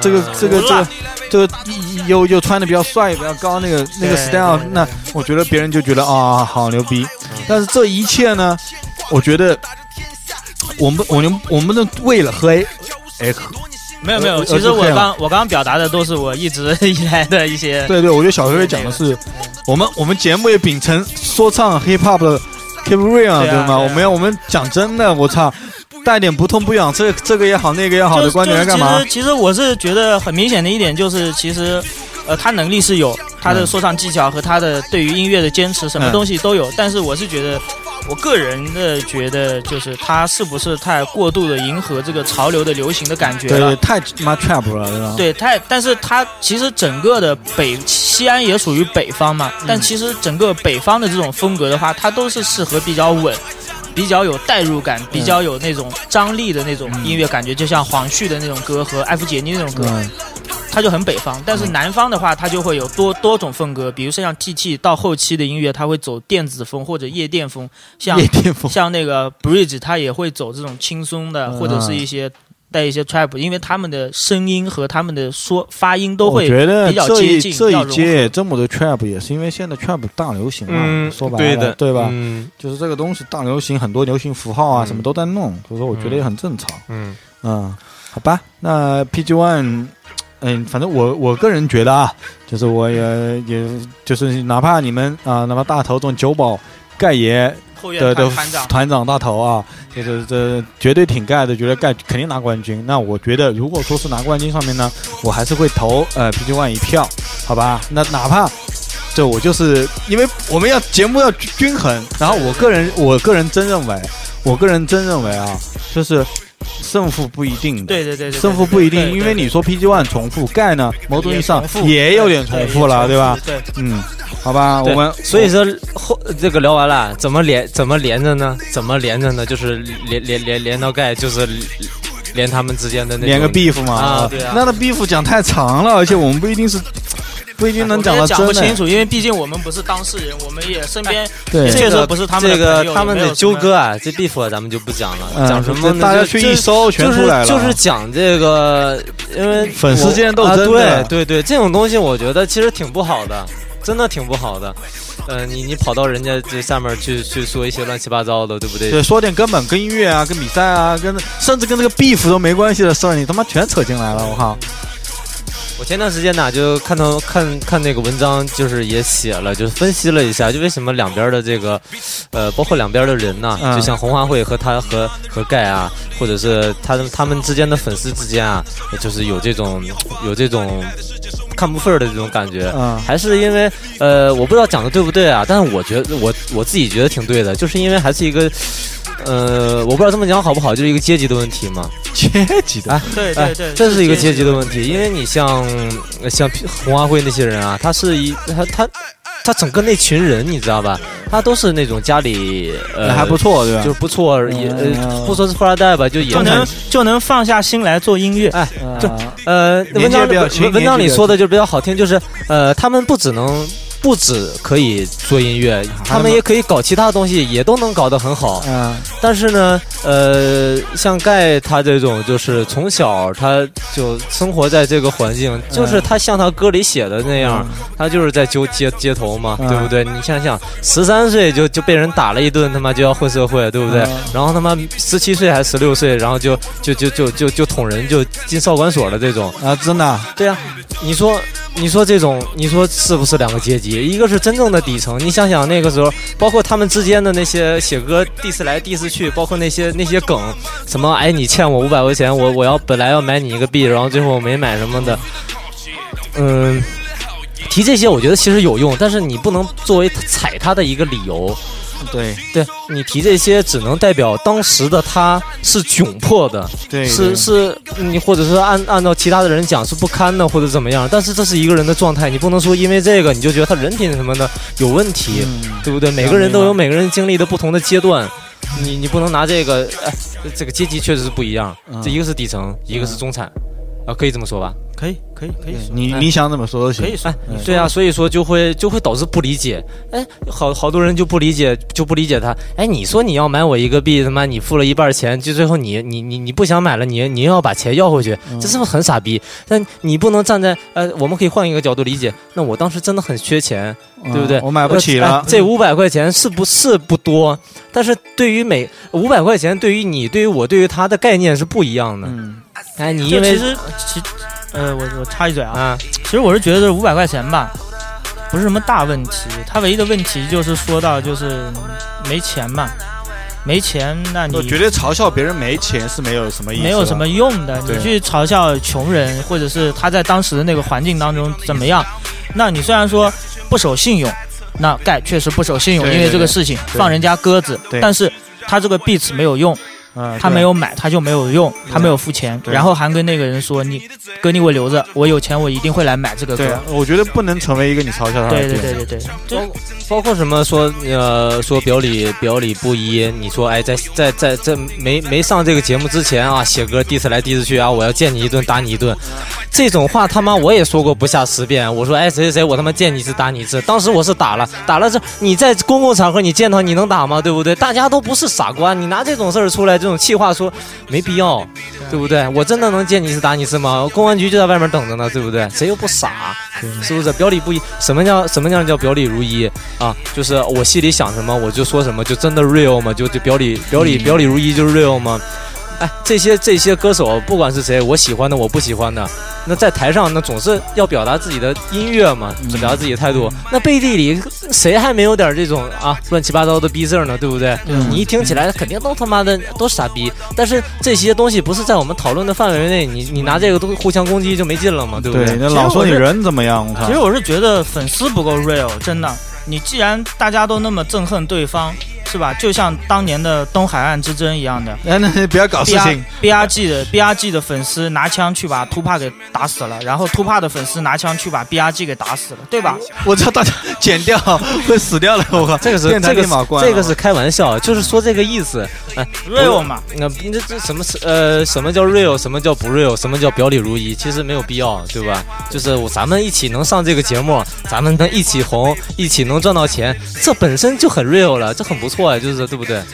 又穿的比较帅比较高那个 style， 那我觉得别人就觉得啊好牛逼。但是这一切呢，我觉得我们的为了喝没有，其实我刚表达的都是我一直以来的一些。 对，我觉得小黑讲的是，我们节目也秉承说唱 hip hop 的 keep real， 对吗？我们讲真的，我操，带点不痛不痒，这个也好，那个也好的观点来干嘛？ 其实我是觉得很明显的一点就是，其实他能力是有，他的说唱技巧和他的对于音乐的坚持，什么东西都有。但是我是觉得。我个人的觉得，就是他是不是太过度的迎合这个潮流的流行的感觉了？对， 太妈 trap 了，对吧？ 对，但是他其实整个的西安也属于北方嘛，但其实整个北方的这种风格的话，它都是适合比较稳。比较有代入感，比较有那种张力的那种音乐感觉，就像黄旭的那种歌和艾弗杰尼那种歌，它就很北方。但是南方的话，它就会有多种风格，比如说像 TT 到后期的音乐，它会走电子风或者夜店风，像那个 Bridge 它也会走这种轻松的，或者是一些带一些 trap， 因为他们的声音和他们的发音都会比较接近。 这一届这么多 trap 也是因为现在 trap 大流行嘛，说白了，对吧？就是这个东西大流行，很多流行符号啊什么都在弄，所以说我觉得也很正常。好吧，那 PG One 反正我个人觉得啊，就是我也就是哪怕你们哪怕大头这种九保盖爷的团长大头啊，这绝对挺盖的，觉得盖肯定拿冠军。那我觉得如果说是拿冠军上面呢，我还是会投PG One 一票，好吧？那哪怕这我就是因为我们节目要均衡，然后我个人真认为啊，就是胜负不一定的， 对， 胜负不一定，因为你说 PG One 重复，盖呢某种意义上也有点重复了，对吧？ 对， 好吧，我们所以说这个聊完了，怎么连着呢？就是连到盖，就是连他们之间的那种连个 beef 嘛啊，对啊， 那 beef 讲太长了，而且我们不一定能讲到真的， 讲不清楚，因为毕竟我们不是当事人，我们也身边对确实不是他们的朋友， 他们的纠葛啊，这 beef 咱们就不讲了，讲什么呢？ 大家去一搜全出来了， 就是讲这个，因为粉丝间斗争的， 对，这种东西我觉得其实挺不好的，真的挺不好的。你跑到人家这下面去说一些乱七八糟的，对不对？ 对，说点根本跟音乐啊、跟比赛啊、甚至跟这个 beef 都没关系的事儿，你他妈全扯进来了，我靠！ 我前段时间呢，就看那个文章，就是也写了，就是分析了一下，就为什么两边的这个，包括两边的人呢，就像红花会和他和盖啊，或者是他们之间的粉丝之间啊，就是有这种看不分的这种感觉，还是因为我不知道讲的对不对啊，但是我觉得我自己觉得挺对的，就是因为还是一个。我不知道这么讲好不好，就是一个阶级的问题嘛。 阶级的， 对， 这是一个阶级的问题，因为你像红花会那些人啊，他整个那群人你知道吧，他都是那种家里还不错，对吧？ 就是不错，也不说是富二代吧， 就能放下心来做音乐。 文章里说的就比较好听，就是他们不只可以做音乐，他们也可以搞其他东西，也都能搞得很好。但是呢，像盖他这种，就是从小他就生活在这个环境，就是他像他歌里写的那样，他就是在街头嘛，对不对？你想想，13岁就被人打了一顿，他妈就要混社会，对不对？然后他妈17岁还是16岁，然后就捅人，就进少管所了这种啊，真的？ 对啊，你说这种，你说是不是两个阶级？一个是真正的底层，你想想那个时候，包括他们之间的那些写歌diss来diss去，包括那些梗，什么你欠我500块钱，我本来要买你一个币，然后最后我没买什么的，提这些我觉得其实有用，但是你不能作为踩他的一个理由。对，你提这些只能代表当时的他是窘迫的， 对， 是你或者是按照其他的人讲是不堪的或者怎么样，但是这是一个人的状态，你不能说因为这个你就觉得他人品什么的有问题，对不对？每个人都有每个人经历的不同的阶段，你不能拿这个，这个阶级确实是不一样，这一个是底层，一个是中产，可以这么说吧？ 可以，你想怎么说都行。 可以说， 对啊，所以说就会导致不理解。好多人就不理解他。你说你要买我一个币，他妈你付了一半钱，就最后你不想买了，你又要把钱要回去，这是不是很傻逼？但你不能站在我们可以换一个角度理解。那我当时真的很缺钱，对不对？ 我买不起了。 这500块钱是不是不多？但是对于500块钱，对于你、对于我、对于他的概念是不一样的。你因为我插一嘴啊，其实我是觉得500块钱吧，不是什么大问题，他唯一的问题就是说到就是没钱嘛，没钱，那你我觉得嘲笑别人没钱是没有什么意思， 没有什么用的。你去嘲笑穷人，或者是他在当时的那个环境当中怎么样，那你虽然说不守信用，那盖确实不守信用，因为这个事情放人家鸽子，但是他这个 beats 没有用。他没有买，他就没有用，他没有付钱，然后还跟那个人说：“你哥，你给我留着，我有钱我一定会来买这个歌。” 对，我觉得不能成为一个你嘲笑他的点。 对， 包括什么说表里不一，你说在没上这个节目之前啊，写歌diss来diss去啊，我要见你一顿打你一顿，这种话他妈我也说过不下10遍。我说谁我他妈见你一次打你一次，当时我是打了这，你在公共场合你见到你能打吗？对不对？大家都不是傻瓜，你拿这种事儿出来。这种气话说没必要，对不对？我真的能见你一次打你一次吗？公安局就在外面等着呢，对不对？谁又不傻，是不是？表里不一，什么叫表里如一啊？就是我心里想什么我就说什么，就真的 real 吗？就表里如一就是 real 吗？这些歌手不管是谁，我喜欢的我不喜欢的， 那在台上那总是要表达自己的音乐嘛，表达自己的态度。那背地里谁还没有点这种啊乱七八糟的逼字呢？对不对？你一听起来肯定都他妈的都傻逼，但是这些东西不是在我们讨论的范围内，你拿这个都互相攻击就没劲了嘛，对不对？ 那老说你人怎么样？ 其实我是觉得粉丝不够 real， 真的。你既然大家都那么憎恨对方，是吧？就像当年的东海岸之争一样的。 那不要搞事情。 BRG 的粉丝拿枪去把图帕给打死了，然后图帕的粉丝拿枪去把 BRG 给打死了，对吧？ 我知道大家剪掉会死掉了，我靠！这个是开玩笑，就是说这个意思。 real 嘛， 那这什么叫 real， 什么叫不 real， 什么叫表里如一？其实没有必要，对吧？就是咱们一起能上这个节目，咱们能一起红，一起能赚到钱，这本身就很 real 了，这很不错。就是对不对？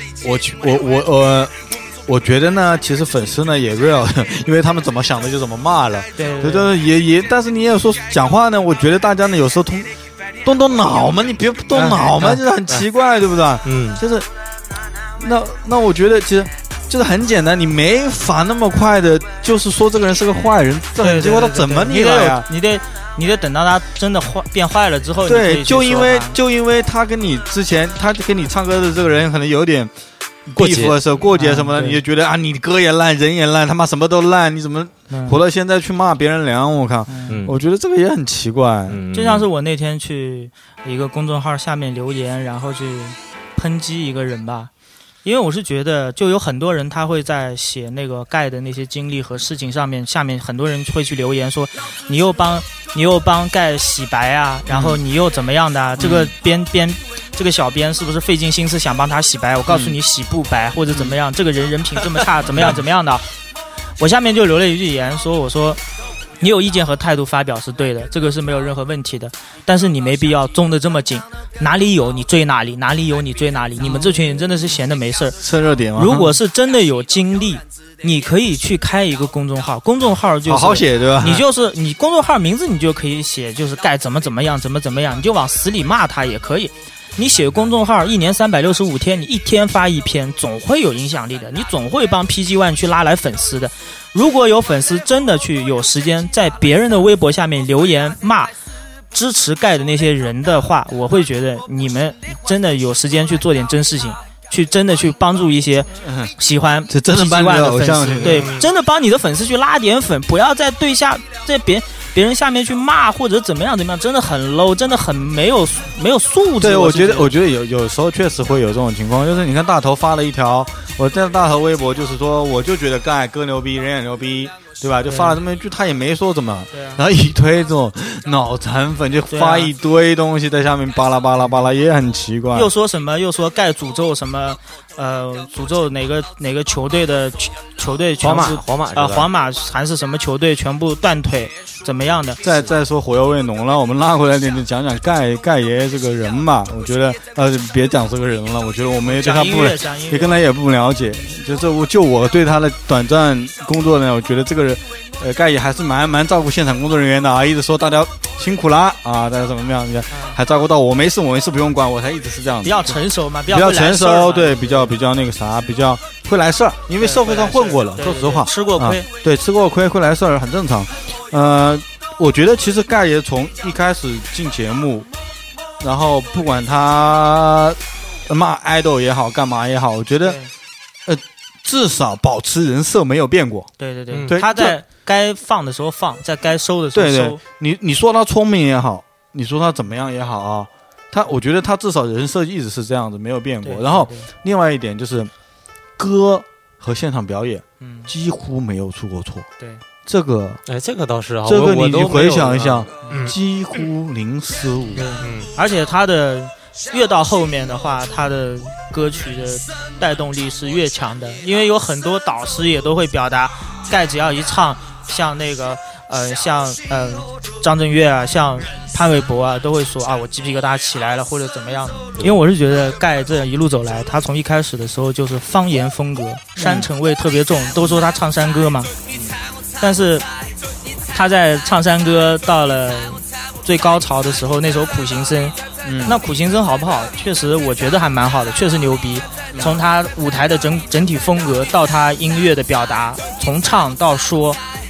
我觉得呢，其实粉丝呢也 real， 因为他们怎么想的就怎么骂了。对，也，但是你也说讲话呢，我觉得大家呢有时候动脑嘛，你别动脑嘛，就是很奇怪，对不对？就是那我觉得其实就是很简单，你没法那么快的，就是说这个人是个坏人，这很奇怪，他怎么你来呀？ 你得等到他真的变坏了之后， 对，就因为他跟你之前他跟你唱歌的这个人可能有点过节什么的，你就觉得啊，你歌也烂，人也烂，他妈什么都烂，你怎么活到现在去骂别人凉？我靠，我觉得这个也很奇怪。 就像是我那天去一个公众号下面留言，然后去抨击一个人吧。因为我是觉得，就有很多人他会在写那个盖的那些经历和事情上面，下面很多人会去留言说，你又帮盖洗白啊，然后你又怎么样的啊？这个这个小编是不是费尽心思想帮他洗白？我告诉你，洗不白或者怎么样，这个人品这么差，怎么样的？我下面就留了一句言，我说。你有意见和态度发表是对的，这个是没有任何问题的，但是你没必要中得这么紧，哪里有你追哪里，哪里有你追哪里。你们这群人真的是闲的没事儿， 蹭热点吗？ 如果是真的有精力，你可以去开一个公众号，公众号就是好好写，对吧？ 你公众号名字你就可以写，就是该怎么样，你就往死里骂他也可以。你写公众号1年365天，你一天发一篇，总会有影响力的，你总会帮 PG One 去拉来粉丝的。如果有粉丝真的去有时间在别人的微博下面留言骂支持盖的那些人的话，我会觉得你们真的有时间去做点真事情，去真的去帮助一些喜欢 PG One 的粉丝，对，真的帮你的粉丝去拉点粉，不要在在别人下面去骂或者怎么样，真的很 low， 真的很没有素质。 对，我觉得有时候确实会有这种情况，就是你看大头发了一条，我在大头微博就是说，我就觉得盖哥牛逼，人也牛逼，对吧？就发了这么一句，他也没说怎么，然后一堆这种脑残粉就发一堆东西在下面巴拉巴拉巴拉，也很奇怪。 又说盖诅咒什么，诅咒哪个球队的球队全部皇马还是什么球队全部断腿怎么样的？ 再说火药味浓了，我们拉回来点讲盖爷这个人吧。我觉得别讲这个人了，我觉得我们也对他也跟他也不了解。就我对他的短暂工作呢，我觉得这个人。盖爷还是蛮照顾现场工作人员的啊，一直说大家辛苦啦啊，大家怎么样，还照顾到我没事不用管，我才一直是这样子。 比较成熟嘛，比较成熟，对，比较那个啥，比较会来事儿，因为社会上混过了，说实话， 吃过亏， 对，吃过亏会来事儿很正常。我觉得其实盖爷从一开始进节目，然后不管他骂爱豆也好，干嘛也好，我觉得至少保持人设没有变过。 对，他在该放的时候放，在该收的时候收。 对，你说他聪明也好，你说他怎么样也好啊，我觉得他至少人设一直是这样子，没有变过。然后另外一点就是歌和现场表演，几乎没有出过错。 对， 这个倒是啊， 这个你回想一下，几乎零失误。 而且他的越到后面的话，他的歌曲的带动力是越强的，因为有很多导师也都会表达，盖只要一唱，像那个张震岳啊，像潘玮柏啊，都会说啊，我鸡皮疙瘩起来了或者怎么样。因为我是觉得盖这一路走来，他从一开始的时候就是方言风格，山城味特别重，都说他唱山歌嘛，但是他在唱山歌到了最高潮的时候，那首苦行僧，那苦行僧好不好？确实我觉得还蛮好的，确实牛逼。从他舞台的整体风格到他音乐的表达，从唱到说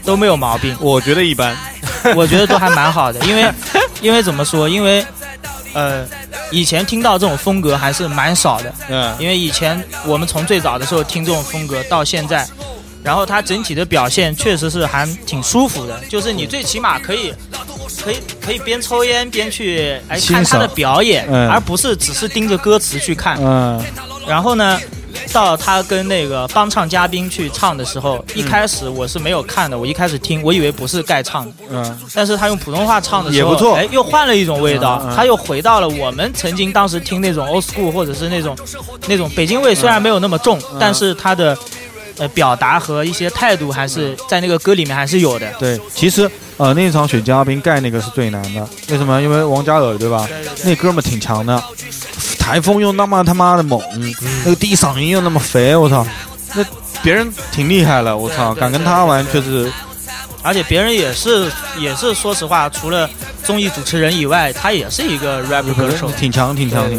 都没有毛病。 我觉得一般， 我觉得都还蛮好的，因为怎么说？因为以前听到这种风格还是蛮少的。因为以前我们从最早的时候听这种风格到现在，然后它整体的表现确实是还挺舒服的，就是你最起码可以边抽烟边去看他的表演，而不是只是盯着歌词去看。然后呢，到他跟那个帮唱嘉宾去唱的时候，一开始我是没有看的，我一开始听，我以为不是盖唱的，但是他用普通话唱的时候也不错， 又换了一种味道，他又回到了我们曾经当时听那种 old school 或者是那种北京味，虽然没有那么重，但是他的表达和一些态度还是在那个歌里面还是有的。 对，其实那场选嘉宾盖那个是最难的，为什么？因为王嘉尔对吧？那哥们挺强的，台风又那么他妈的猛，那个低嗓音又那么肥，我操！那别人挺厉害了，我操，敢跟他玩确实。 而且别人也是说实话，除了综艺主持人以外，他也是一个 rap 歌手， 挺强。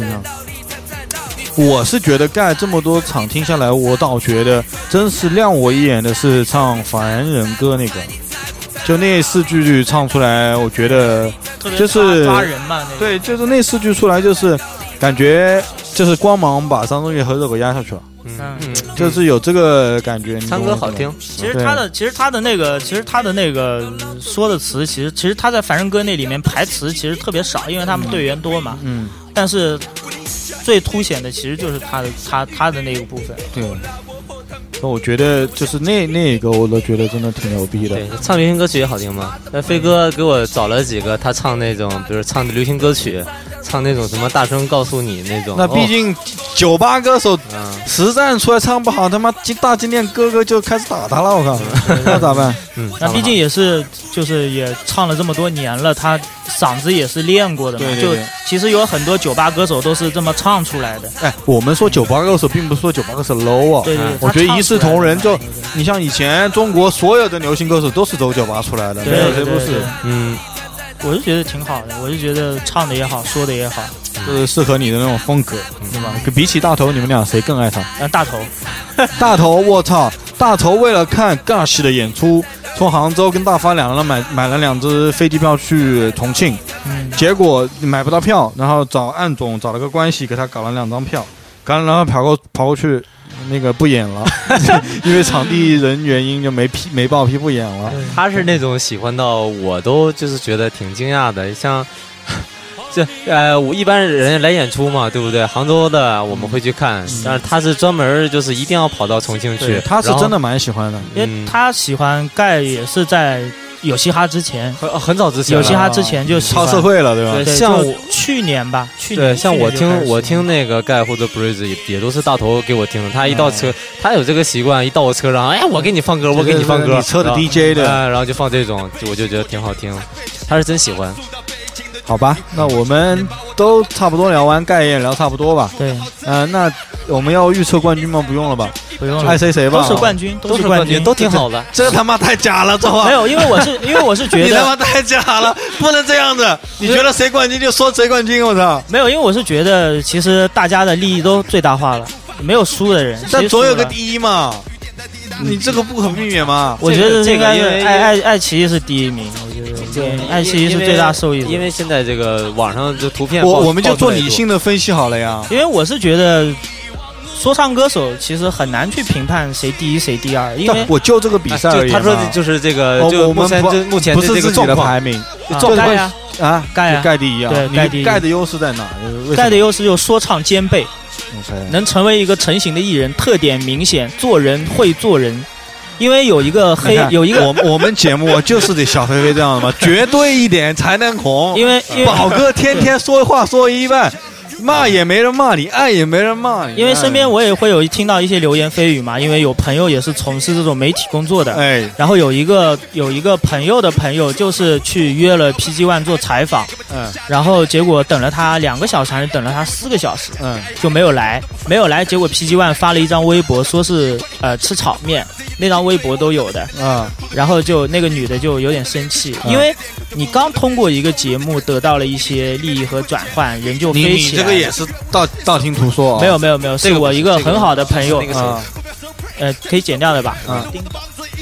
我是觉得盖这么多场听下来，我倒觉得真是亮我一眼的是唱《凡人歌》那个，就那4句唱出来，我觉得就是抓人嘛。 对，就是那4句出来，就是感觉就是光芒把张震岳和热狗压下去了。就是有这个感觉。 唱歌好听。 其实他的那个说的词，其实他在《凡人歌》那里面排词其实特别少，因为他们队员多嘛。但是最凸显的其实就是他的那个部分。 对。我觉得就是那个我都觉得真的挺牛逼的。 对，唱流行歌曲也好听嘛。飞哥给我找了几个他唱那种，比如唱的流行歌曲，唱那种什么大声告诉你那种。 那毕竟酒吧歌手实战出来唱不好，他妈大金链哥就开始打他了，我靠，那咋办？ 那毕竟也是就是也唱了这么多年了，他嗓子也是练过的嘛。 对。 就其实有很多酒吧歌手都是这么唱出来的。 我们说酒吧歌手，并不是说酒吧歌手 low 啊。 对。 我觉得一视同仁。就你像以前中国所有的流行歌手都是走酒吧出来的，没有谁不是。 我是觉得挺好的，我是觉得唱的也好，说的也好， 就是适合你的那种风格，对吧？比起大头，你们俩谁更爱唱？大头，我操！大头为了看 Gush 的演出，从杭州跟大发两人买了2只飞机票去重庆，结果买不到票，然后找暗总找了个关系给他搞了2张票，然后跑过去。那个不演了，因为场地人原因就没报批不演了。 他是那种喜欢到我都就是觉得挺惊讶的，像我一般人来演出嘛，对不对？杭州的我们会去看，但是他是专门就是一定要跑到重庆去。 他是真的蛮喜欢的， 因为他喜欢盖也是在有嘻哈之前， 很早之前， 有嘻哈之前就超社会了，对吧？ 对，像去年吧， 对，像我听那个盖或者 Breeze 也都是大头给我听的。他一到车，他有这个习惯，一到我车上，哎，我给你放歌，我给你放歌， 你车的 DJ 的， 然后就放这种，我就觉得挺好听。他是真喜欢。 好吧，那我们都差不多聊完，盖也聊差不多吧。 对， 那我们要预测冠军吗？不用了吧？ 不用了， 爱谁吧。 都是冠军， 都挺好的。 这他妈太假了，这话没有，因为我是觉得你他妈太假了，不能这样子。你觉得谁冠军就说谁冠军，我操！ 没有，因为我是觉得其实大家的利益都最大化了，没有输的人， 但总有个第一嘛。你这个不可避免嘛？ 我觉得应该是爱奇艺是第一名，我觉得对，爱奇艺是最大受益者。 因为现在这个网上的图片， 我们就做理性的分析好了呀。 因为我是觉得说唱歌手其实很难去评判谁第一谁第二，因为我就这个比赛而已。 他说的就是这个，就目前不是自己的排名， 盖呀盖第一啊， 对，盖第一。 盖的优势在哪？ 盖的优势就说唱兼备。能成为一个成型的艺人，特点明显，做人会做人。因为有一个我们节目就是得小飞飞这样的嘛，绝对一点才能红。 因为宝哥天天说话说一半，骂也没人骂你，爱也没人骂你。 因为身边我也会有听到一些流言蜚语嘛，因为有朋友也是从事这种媒体工作的，然后有一个朋友的朋友就是去约了 PG One 做采访，然后结果等了他2个小时还是等了他4个小时，就没有来，结果 PG One 发了一张微博说是吃炒面，那张微博都有的，然后就那个女的就有点生气，因为你刚通过一个节目得到了一些利益和转换，人就飞起来。 也是道听途说啊， 没有，是我一个很好的朋友可以剪掉的吧？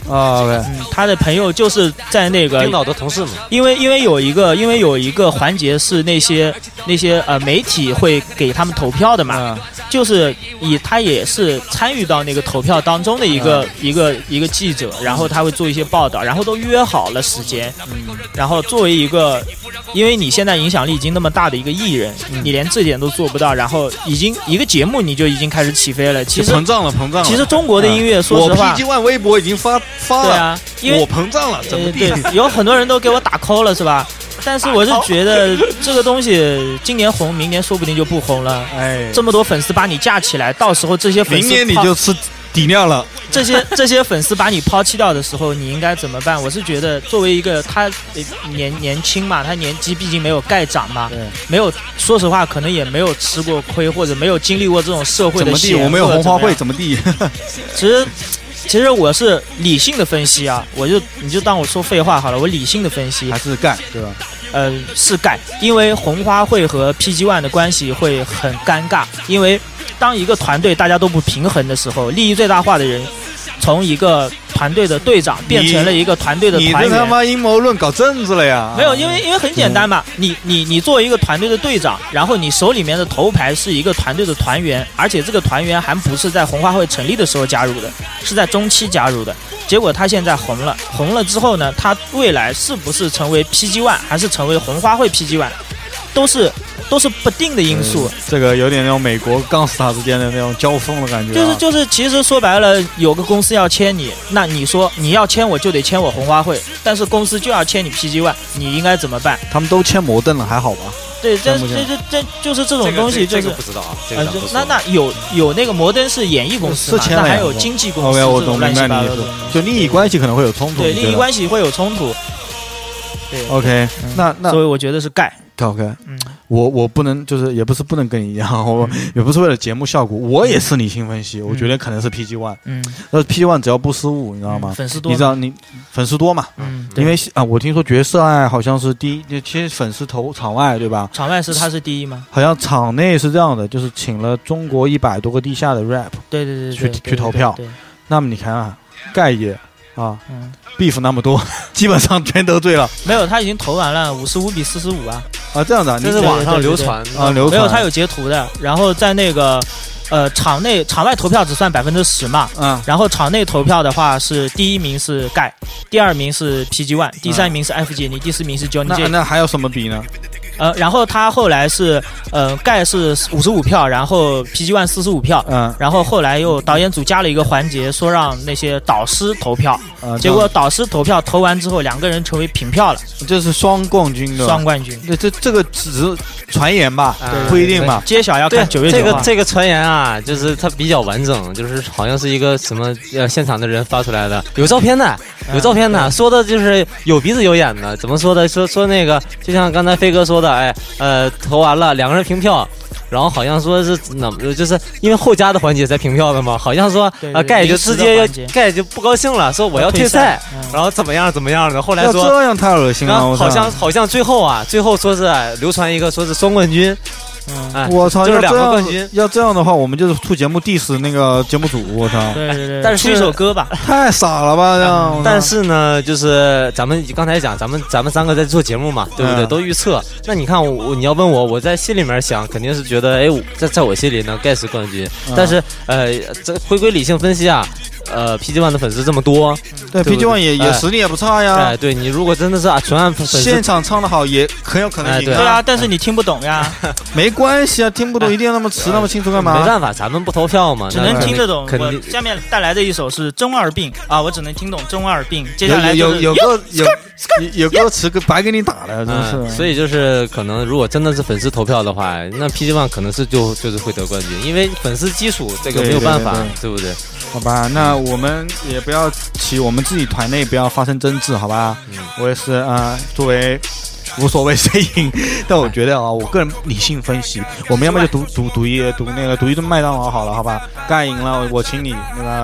OK， 他的朋友就是在那个领导的同事嘛。 因为有一个环节是那些媒体会给他们投票的嘛，就是他也是参与到那个投票当中的一个记者，然后他会做一些报道，然后都约好了时间，然后作为一个，因为你现在影响力已经那么大的一个艺人，你连这点都做不到，然后已经一个节目你就已经开始起飞了，其实膨胀了。 其实中国的音乐，说实话， 我 PG One 微博已经发了， 对啊，因为我膨胀了，怎么地？ 对，有很多人都给我打 call 了，是吧？但是我是觉得这个东西今年红，明年说不定就不红了。哎，这么多粉丝把你架起来，到时候这些粉丝明年你就吃底料了。 这些粉丝把你抛弃掉的时候，你应该怎么办？我是觉得，作为一个他年轻嘛，他年纪毕竟没有盖长嘛，没有，说实话，可能也没有吃过亏，或者没有经历过这种社会的险恶。 我没有红花会，怎么地？ 其实我是理性的分析啊，你就当我说废话好了，我理性的分析还是盖对吧？ 是盖，因为红花会和 PG One 的关系会很尴尬，因为当一个团队大家都不平衡的时候，利益最大化的人从一个团队的队长变成了一个团队的团员。 你这他妈阴谋论搞政治了呀？ 没有，因为很简单嘛，你作为一个团队的队长，然后你手里面的头牌是一个团队的团员，而且这个团员还不是在红花会成立的时候加入的，是在中期加入的。结果他现在红了之后呢，他未来是不是成为 PG One 还是成为红花会 PG One， 都是不定的因素。 这个有点那种美国钢斯塔之间的那种交锋的感觉。 就是，其实说白了，有个公司要签你，那你说你要签我就得签我红花会，但是公司就要签你 PG One， 你应该怎么办？ 他们都签摩登了，还好吧？ 对，这就是这种东西，就是这个不知道啊。这个那有那个摩登是演艺公司嘛，那还有经纪公司， 我懂明白你意思，就利益关系可能会有冲突。 对，利益关系会有冲突。对 ，OK，那所以我觉得是盖。 OK，我不能，就是也不是不能跟你一样，我也不是为了节目效果，我也是理性分析，我觉得可能是 PG One， PG One 只要不失误，你知道吗？ 粉丝多， 你知道你粉丝多嘛？因为我听说角色爱好像是第一，其实粉丝投场外对吧？ 场外他是第一吗？ 好像场内是这样的，就是请了中国100多个地下的 rap， 对， 去投票，那么你看啊，盖爷啊，beef 那么多，基本上全得罪了。 没有，他已经投完了55比45啊。 这样子啊， 这是网上流传啊，流传没有，他有截图的。然后在那个场外投票只算10%嘛，然后场内投票的话是第一名是盖，第二名是 PG One， 第三名是 F 杰尼，第四名是 Johnny J。 那还有什么比呢？ 然后他后来是盖是55票，然后 PG One 45票，然后后来又导演组加了一个环节，说让那些导师投票，结果导师投票投完之后，2个人成为平票了， 这是双冠军的。 双冠军， 这个只是传言吧，不一定吧。 揭晓要看9月9号。 这个传言啊，就是它比较完整，就是好像是一个什么现场的人发出来的，有照片的，说的就是有鼻子有眼的。怎么说的？说那个，就像刚才飞哥说的。投完了2个人平票，然后好像说是就是因为后加的环节才平票的嘛，好像说盖就直接盖就不高兴了，说我要退赛，然后怎么样的，后来说这样太恶心了， 好像最后说是流传一个说是双冠军。 我操！ 就是2个冠军， 要这样的话，我们就是出节目 diss 那个节目组。我操！ 对， 但是出一首歌吧， 太傻了吧这样。 但是呢，就是咱们刚才讲，咱们3个在做节目嘛，对不对？都预测。那你看你要问我在心里面想，肯定是觉得，在我心里呢，盖是冠军。但是这回归理性分析啊。PG One 的粉丝这么多， 对 PG One 也实力也不差呀。 对你如果真的是纯按粉丝， 现场唱的好，也很有可能赢。 对啊，但是你听不懂呀。 没关系啊，听不懂一定要那么词那么清楚干嘛？ 没办法，咱们不投票嘛， 只能听得懂。我下面带来的一首是中二病啊，我只能听懂中二病。接下来有歌词白给你打了，真是。 所以就是可能如果真的是粉丝投票的话，那 PG One 可能是就是会得冠军，因为粉丝基础这个没有办法，对不对？ 好吧，那我们也不要我们自己团内不要发生争执，好吧？我也是作为无所谓谁赢，但我觉得我个人理性分析，我们要么就赌一顿麦当劳好了，好吧？盖赢了我请你那个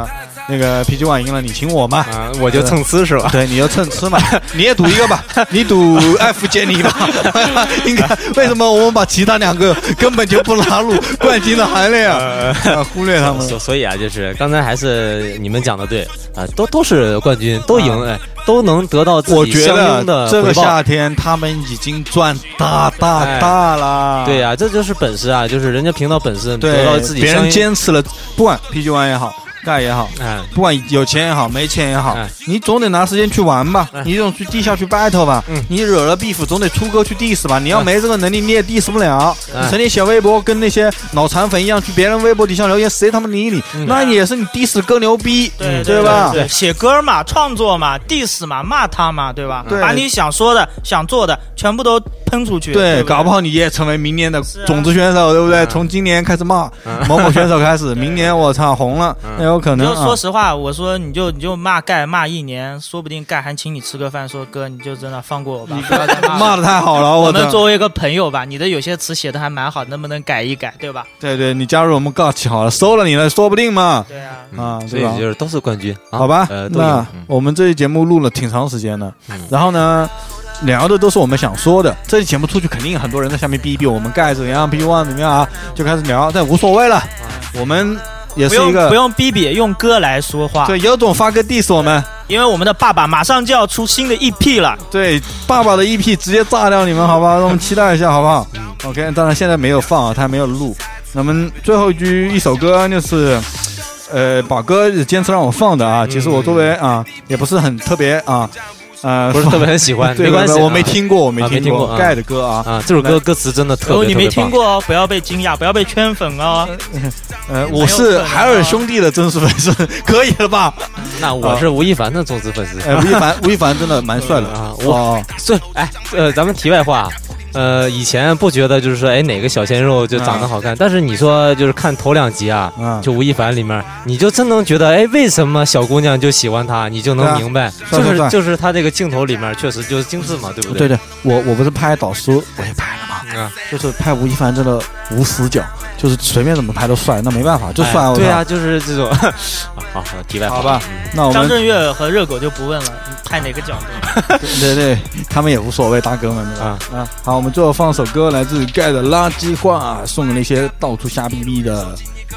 那个 PG One 赢了，你请我嘛， 啊，我就蹭吃是吧？ 对，你就蹭吃嘛，你也赌一个吧，你赌 F 杰尼吧。应该为什么我们把其他两个根本就不纳入冠军的行列啊？忽略他们。 所以啊，就是刚才还是你们讲的对啊，都是冠军，都赢，哎，都能得到自己相应的回报。 这个夏天他们已经赚大了。 对呀，这就是本事啊，就是人家凭到本事得到自己别人坚持了，不管 PG One 也好。盖也好，不管有钱也好，没钱也好，你总得拿时间去玩吧，你总去地下去 battle 吧，你惹了 beef 总得出歌去 diss 吧，你要没这个能力你也 diss 不了，你成天写微博跟那些脑残粉一样去别人微博底下留言，谁他妈理你？那也是你 diss 歌牛逼，对吧？ 对，写歌嘛，创作嘛 ，diss 嘛，骂他嘛，对吧？把你想说的、想做的全部都喷出去。 对，搞不好你也成为明年的种子选手，对不对？从今年开始骂某某选手开始，明年我操红了，那有可能。 就说实话，我说你就骂盖骂一年，说不定盖还请你吃个饭，说哥你就真的放过我吧，不要再骂的太好了。 我们作为一个朋友吧，你的有些词写的还蛮好，能不能改一改，对吧？ 对，你加入我们告起好了，收了你了，说不定嘛。 对啊， 所以就是都是冠军， 好吧？那我们这期节目录了挺长时间的，然后呢？聊的都是我们想说的，这期节目出去肯定很多人在下面逼逼我们盖怎么样 ，PG One 怎么样啊，就开始聊，但无所谓了，我们也是一个不用逼逼，用歌来说话。 对，有种发歌 diss 我们， 因为我们的爸爸马上就要出新的 EP 了。 对，爸爸的 EP 直接炸掉你们，好吧？让我们期待一下，好不好？OK， 当然现在没有放啊，他还没有录。那么最后一首歌就是，宝哥坚持让我放的啊，其实我作为啊也不是很特别啊。 不是特别很喜欢，没关系， 我没听过盖的歌啊。 这首歌歌词真的特别， 你没听过哦，不要被惊讶，不要被圈粉哦。 我是海尔兄弟的真实粉丝，可以了吧？ 那我是吴亦凡的忠实粉丝。 吴亦凡真的蛮帅的啊。 咱们题外话。以前不觉得就是说，哪个小鲜肉就长得好看，但是你说就是看头2集啊，就吴亦凡里面，你就真能觉得，为什么小姑娘就喜欢他，你就能明白，就是他这个镜头里面确实就是精致嘛，对不对？ 对，我不是拍导师，我也拍了嘛，就是拍吴亦凡真的无死角，就是随便怎么拍都帅，那没办法，就帅。 对啊，就是这种。好，题外话， 好吧，那我们张震岳和热狗就不问了，你拍哪个角度？ 对，他们也无所谓，大哥们啊。好，我们最后放首歌，来自盖的垃圾话，送给那些到处瞎逼逼的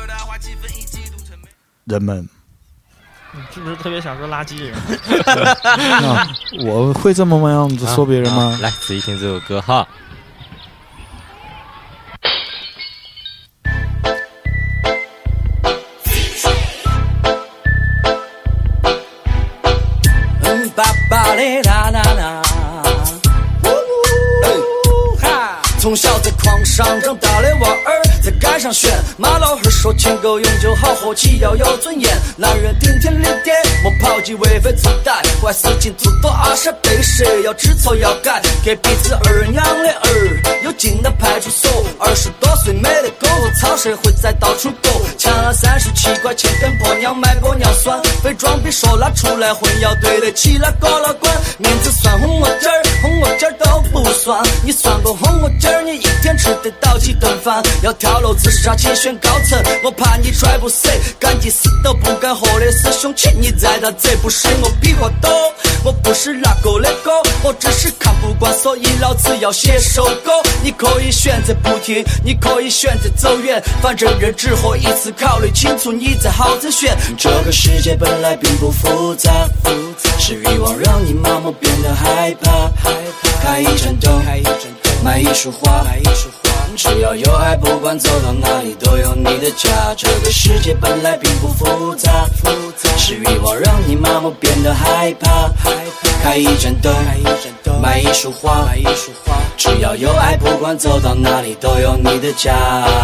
人们。 你是不是特别想说垃圾人？ 我会这么样子说别人吗？ 来，仔细听这首歌哈。 从小在矿上长大的娃儿，在街上炫，马老汉说钱够用就好，活起要有尊严。男人顶天立地，莫抛弃为非作歹，坏事情做多阿傻背时，要知错要改，给彼此儿养的儿，有进了派出所。20多岁没得狗，草社会再到处狗，抢了37块钱跟婆娘买玻尿酸，非装逼说拿出来混，要对得起那高老官。面子算红我劲儿，红我劲儿都不算，你算过红我劲儿，你一天吃得到几顿饭？要跳楼自杀去选高层，我怕你踹不死，干几死都不敢活的师兄，请你再打，这不是我屁话多，我不是拉狗的狗，我只是看不惯，所以老子要写首歌。你可以选择不听，你可以选择走远，反正人只活一次，考虑清楚你再好再选。这个世界本来并不复杂，是欲望让你麻木变得害怕。开一盏灯，买一束花，只要有爱，不管走到哪里都有你的家。这个世界本来并不复杂，是欲望让你麻木变得害怕。开一盏灯，买一束花，只要有爱，不管走到哪里都有你的家。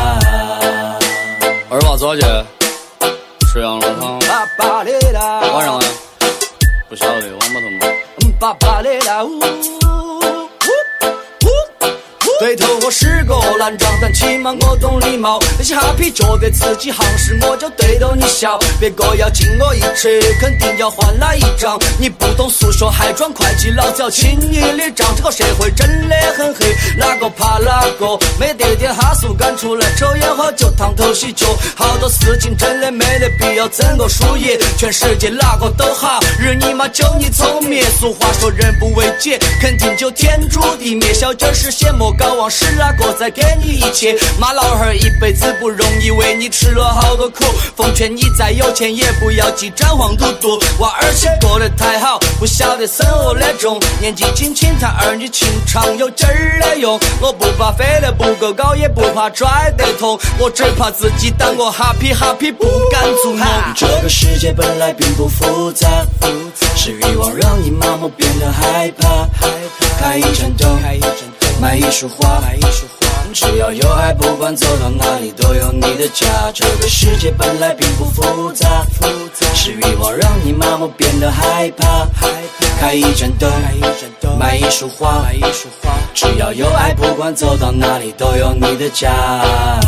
儿娃早去吃羊肉汤，晚上呢不晓得王八头吗？ 对头我是个烂账，但起码我懂礼貌。那些哈皮觉得自己行事，我就对着你笑。别个要敬我一尺，肯定要还那一张。你不懂数学还装会计，老子要清你的账。这个社会真的很黑，哪个怕哪个，没得点哈数赶出来，抽烟喝酒烫头洗脚，好多事情真的没得必要争个输赢。全世界哪个都好，日你妈就你聪明。俗话说人不为己，肯定就天诛地灭。小鸡儿是羡莫高望，是哪个在给你一切？妈老汉儿一辈子不容易，为你吃了好多苦。奉劝你再有钱也不要记沾黄赌毒。娃儿些过得太好，不晓得生活的重。年纪轻轻谈儿女情长有劲儿的用。我不怕飞得不够高，也不怕拽得痛，我只怕自己当个哈皮不敢做梦。这个世界本来并不复杂，是欲望让你麻木变得害怕。开一盏灯，买一束花，只要有爱，不管走到哪里都有你的家。这个世界本来并不复杂，是欲望让你麻木变得害怕。开一盏灯，买一束花，只要有爱，不管走到哪里都有你的家。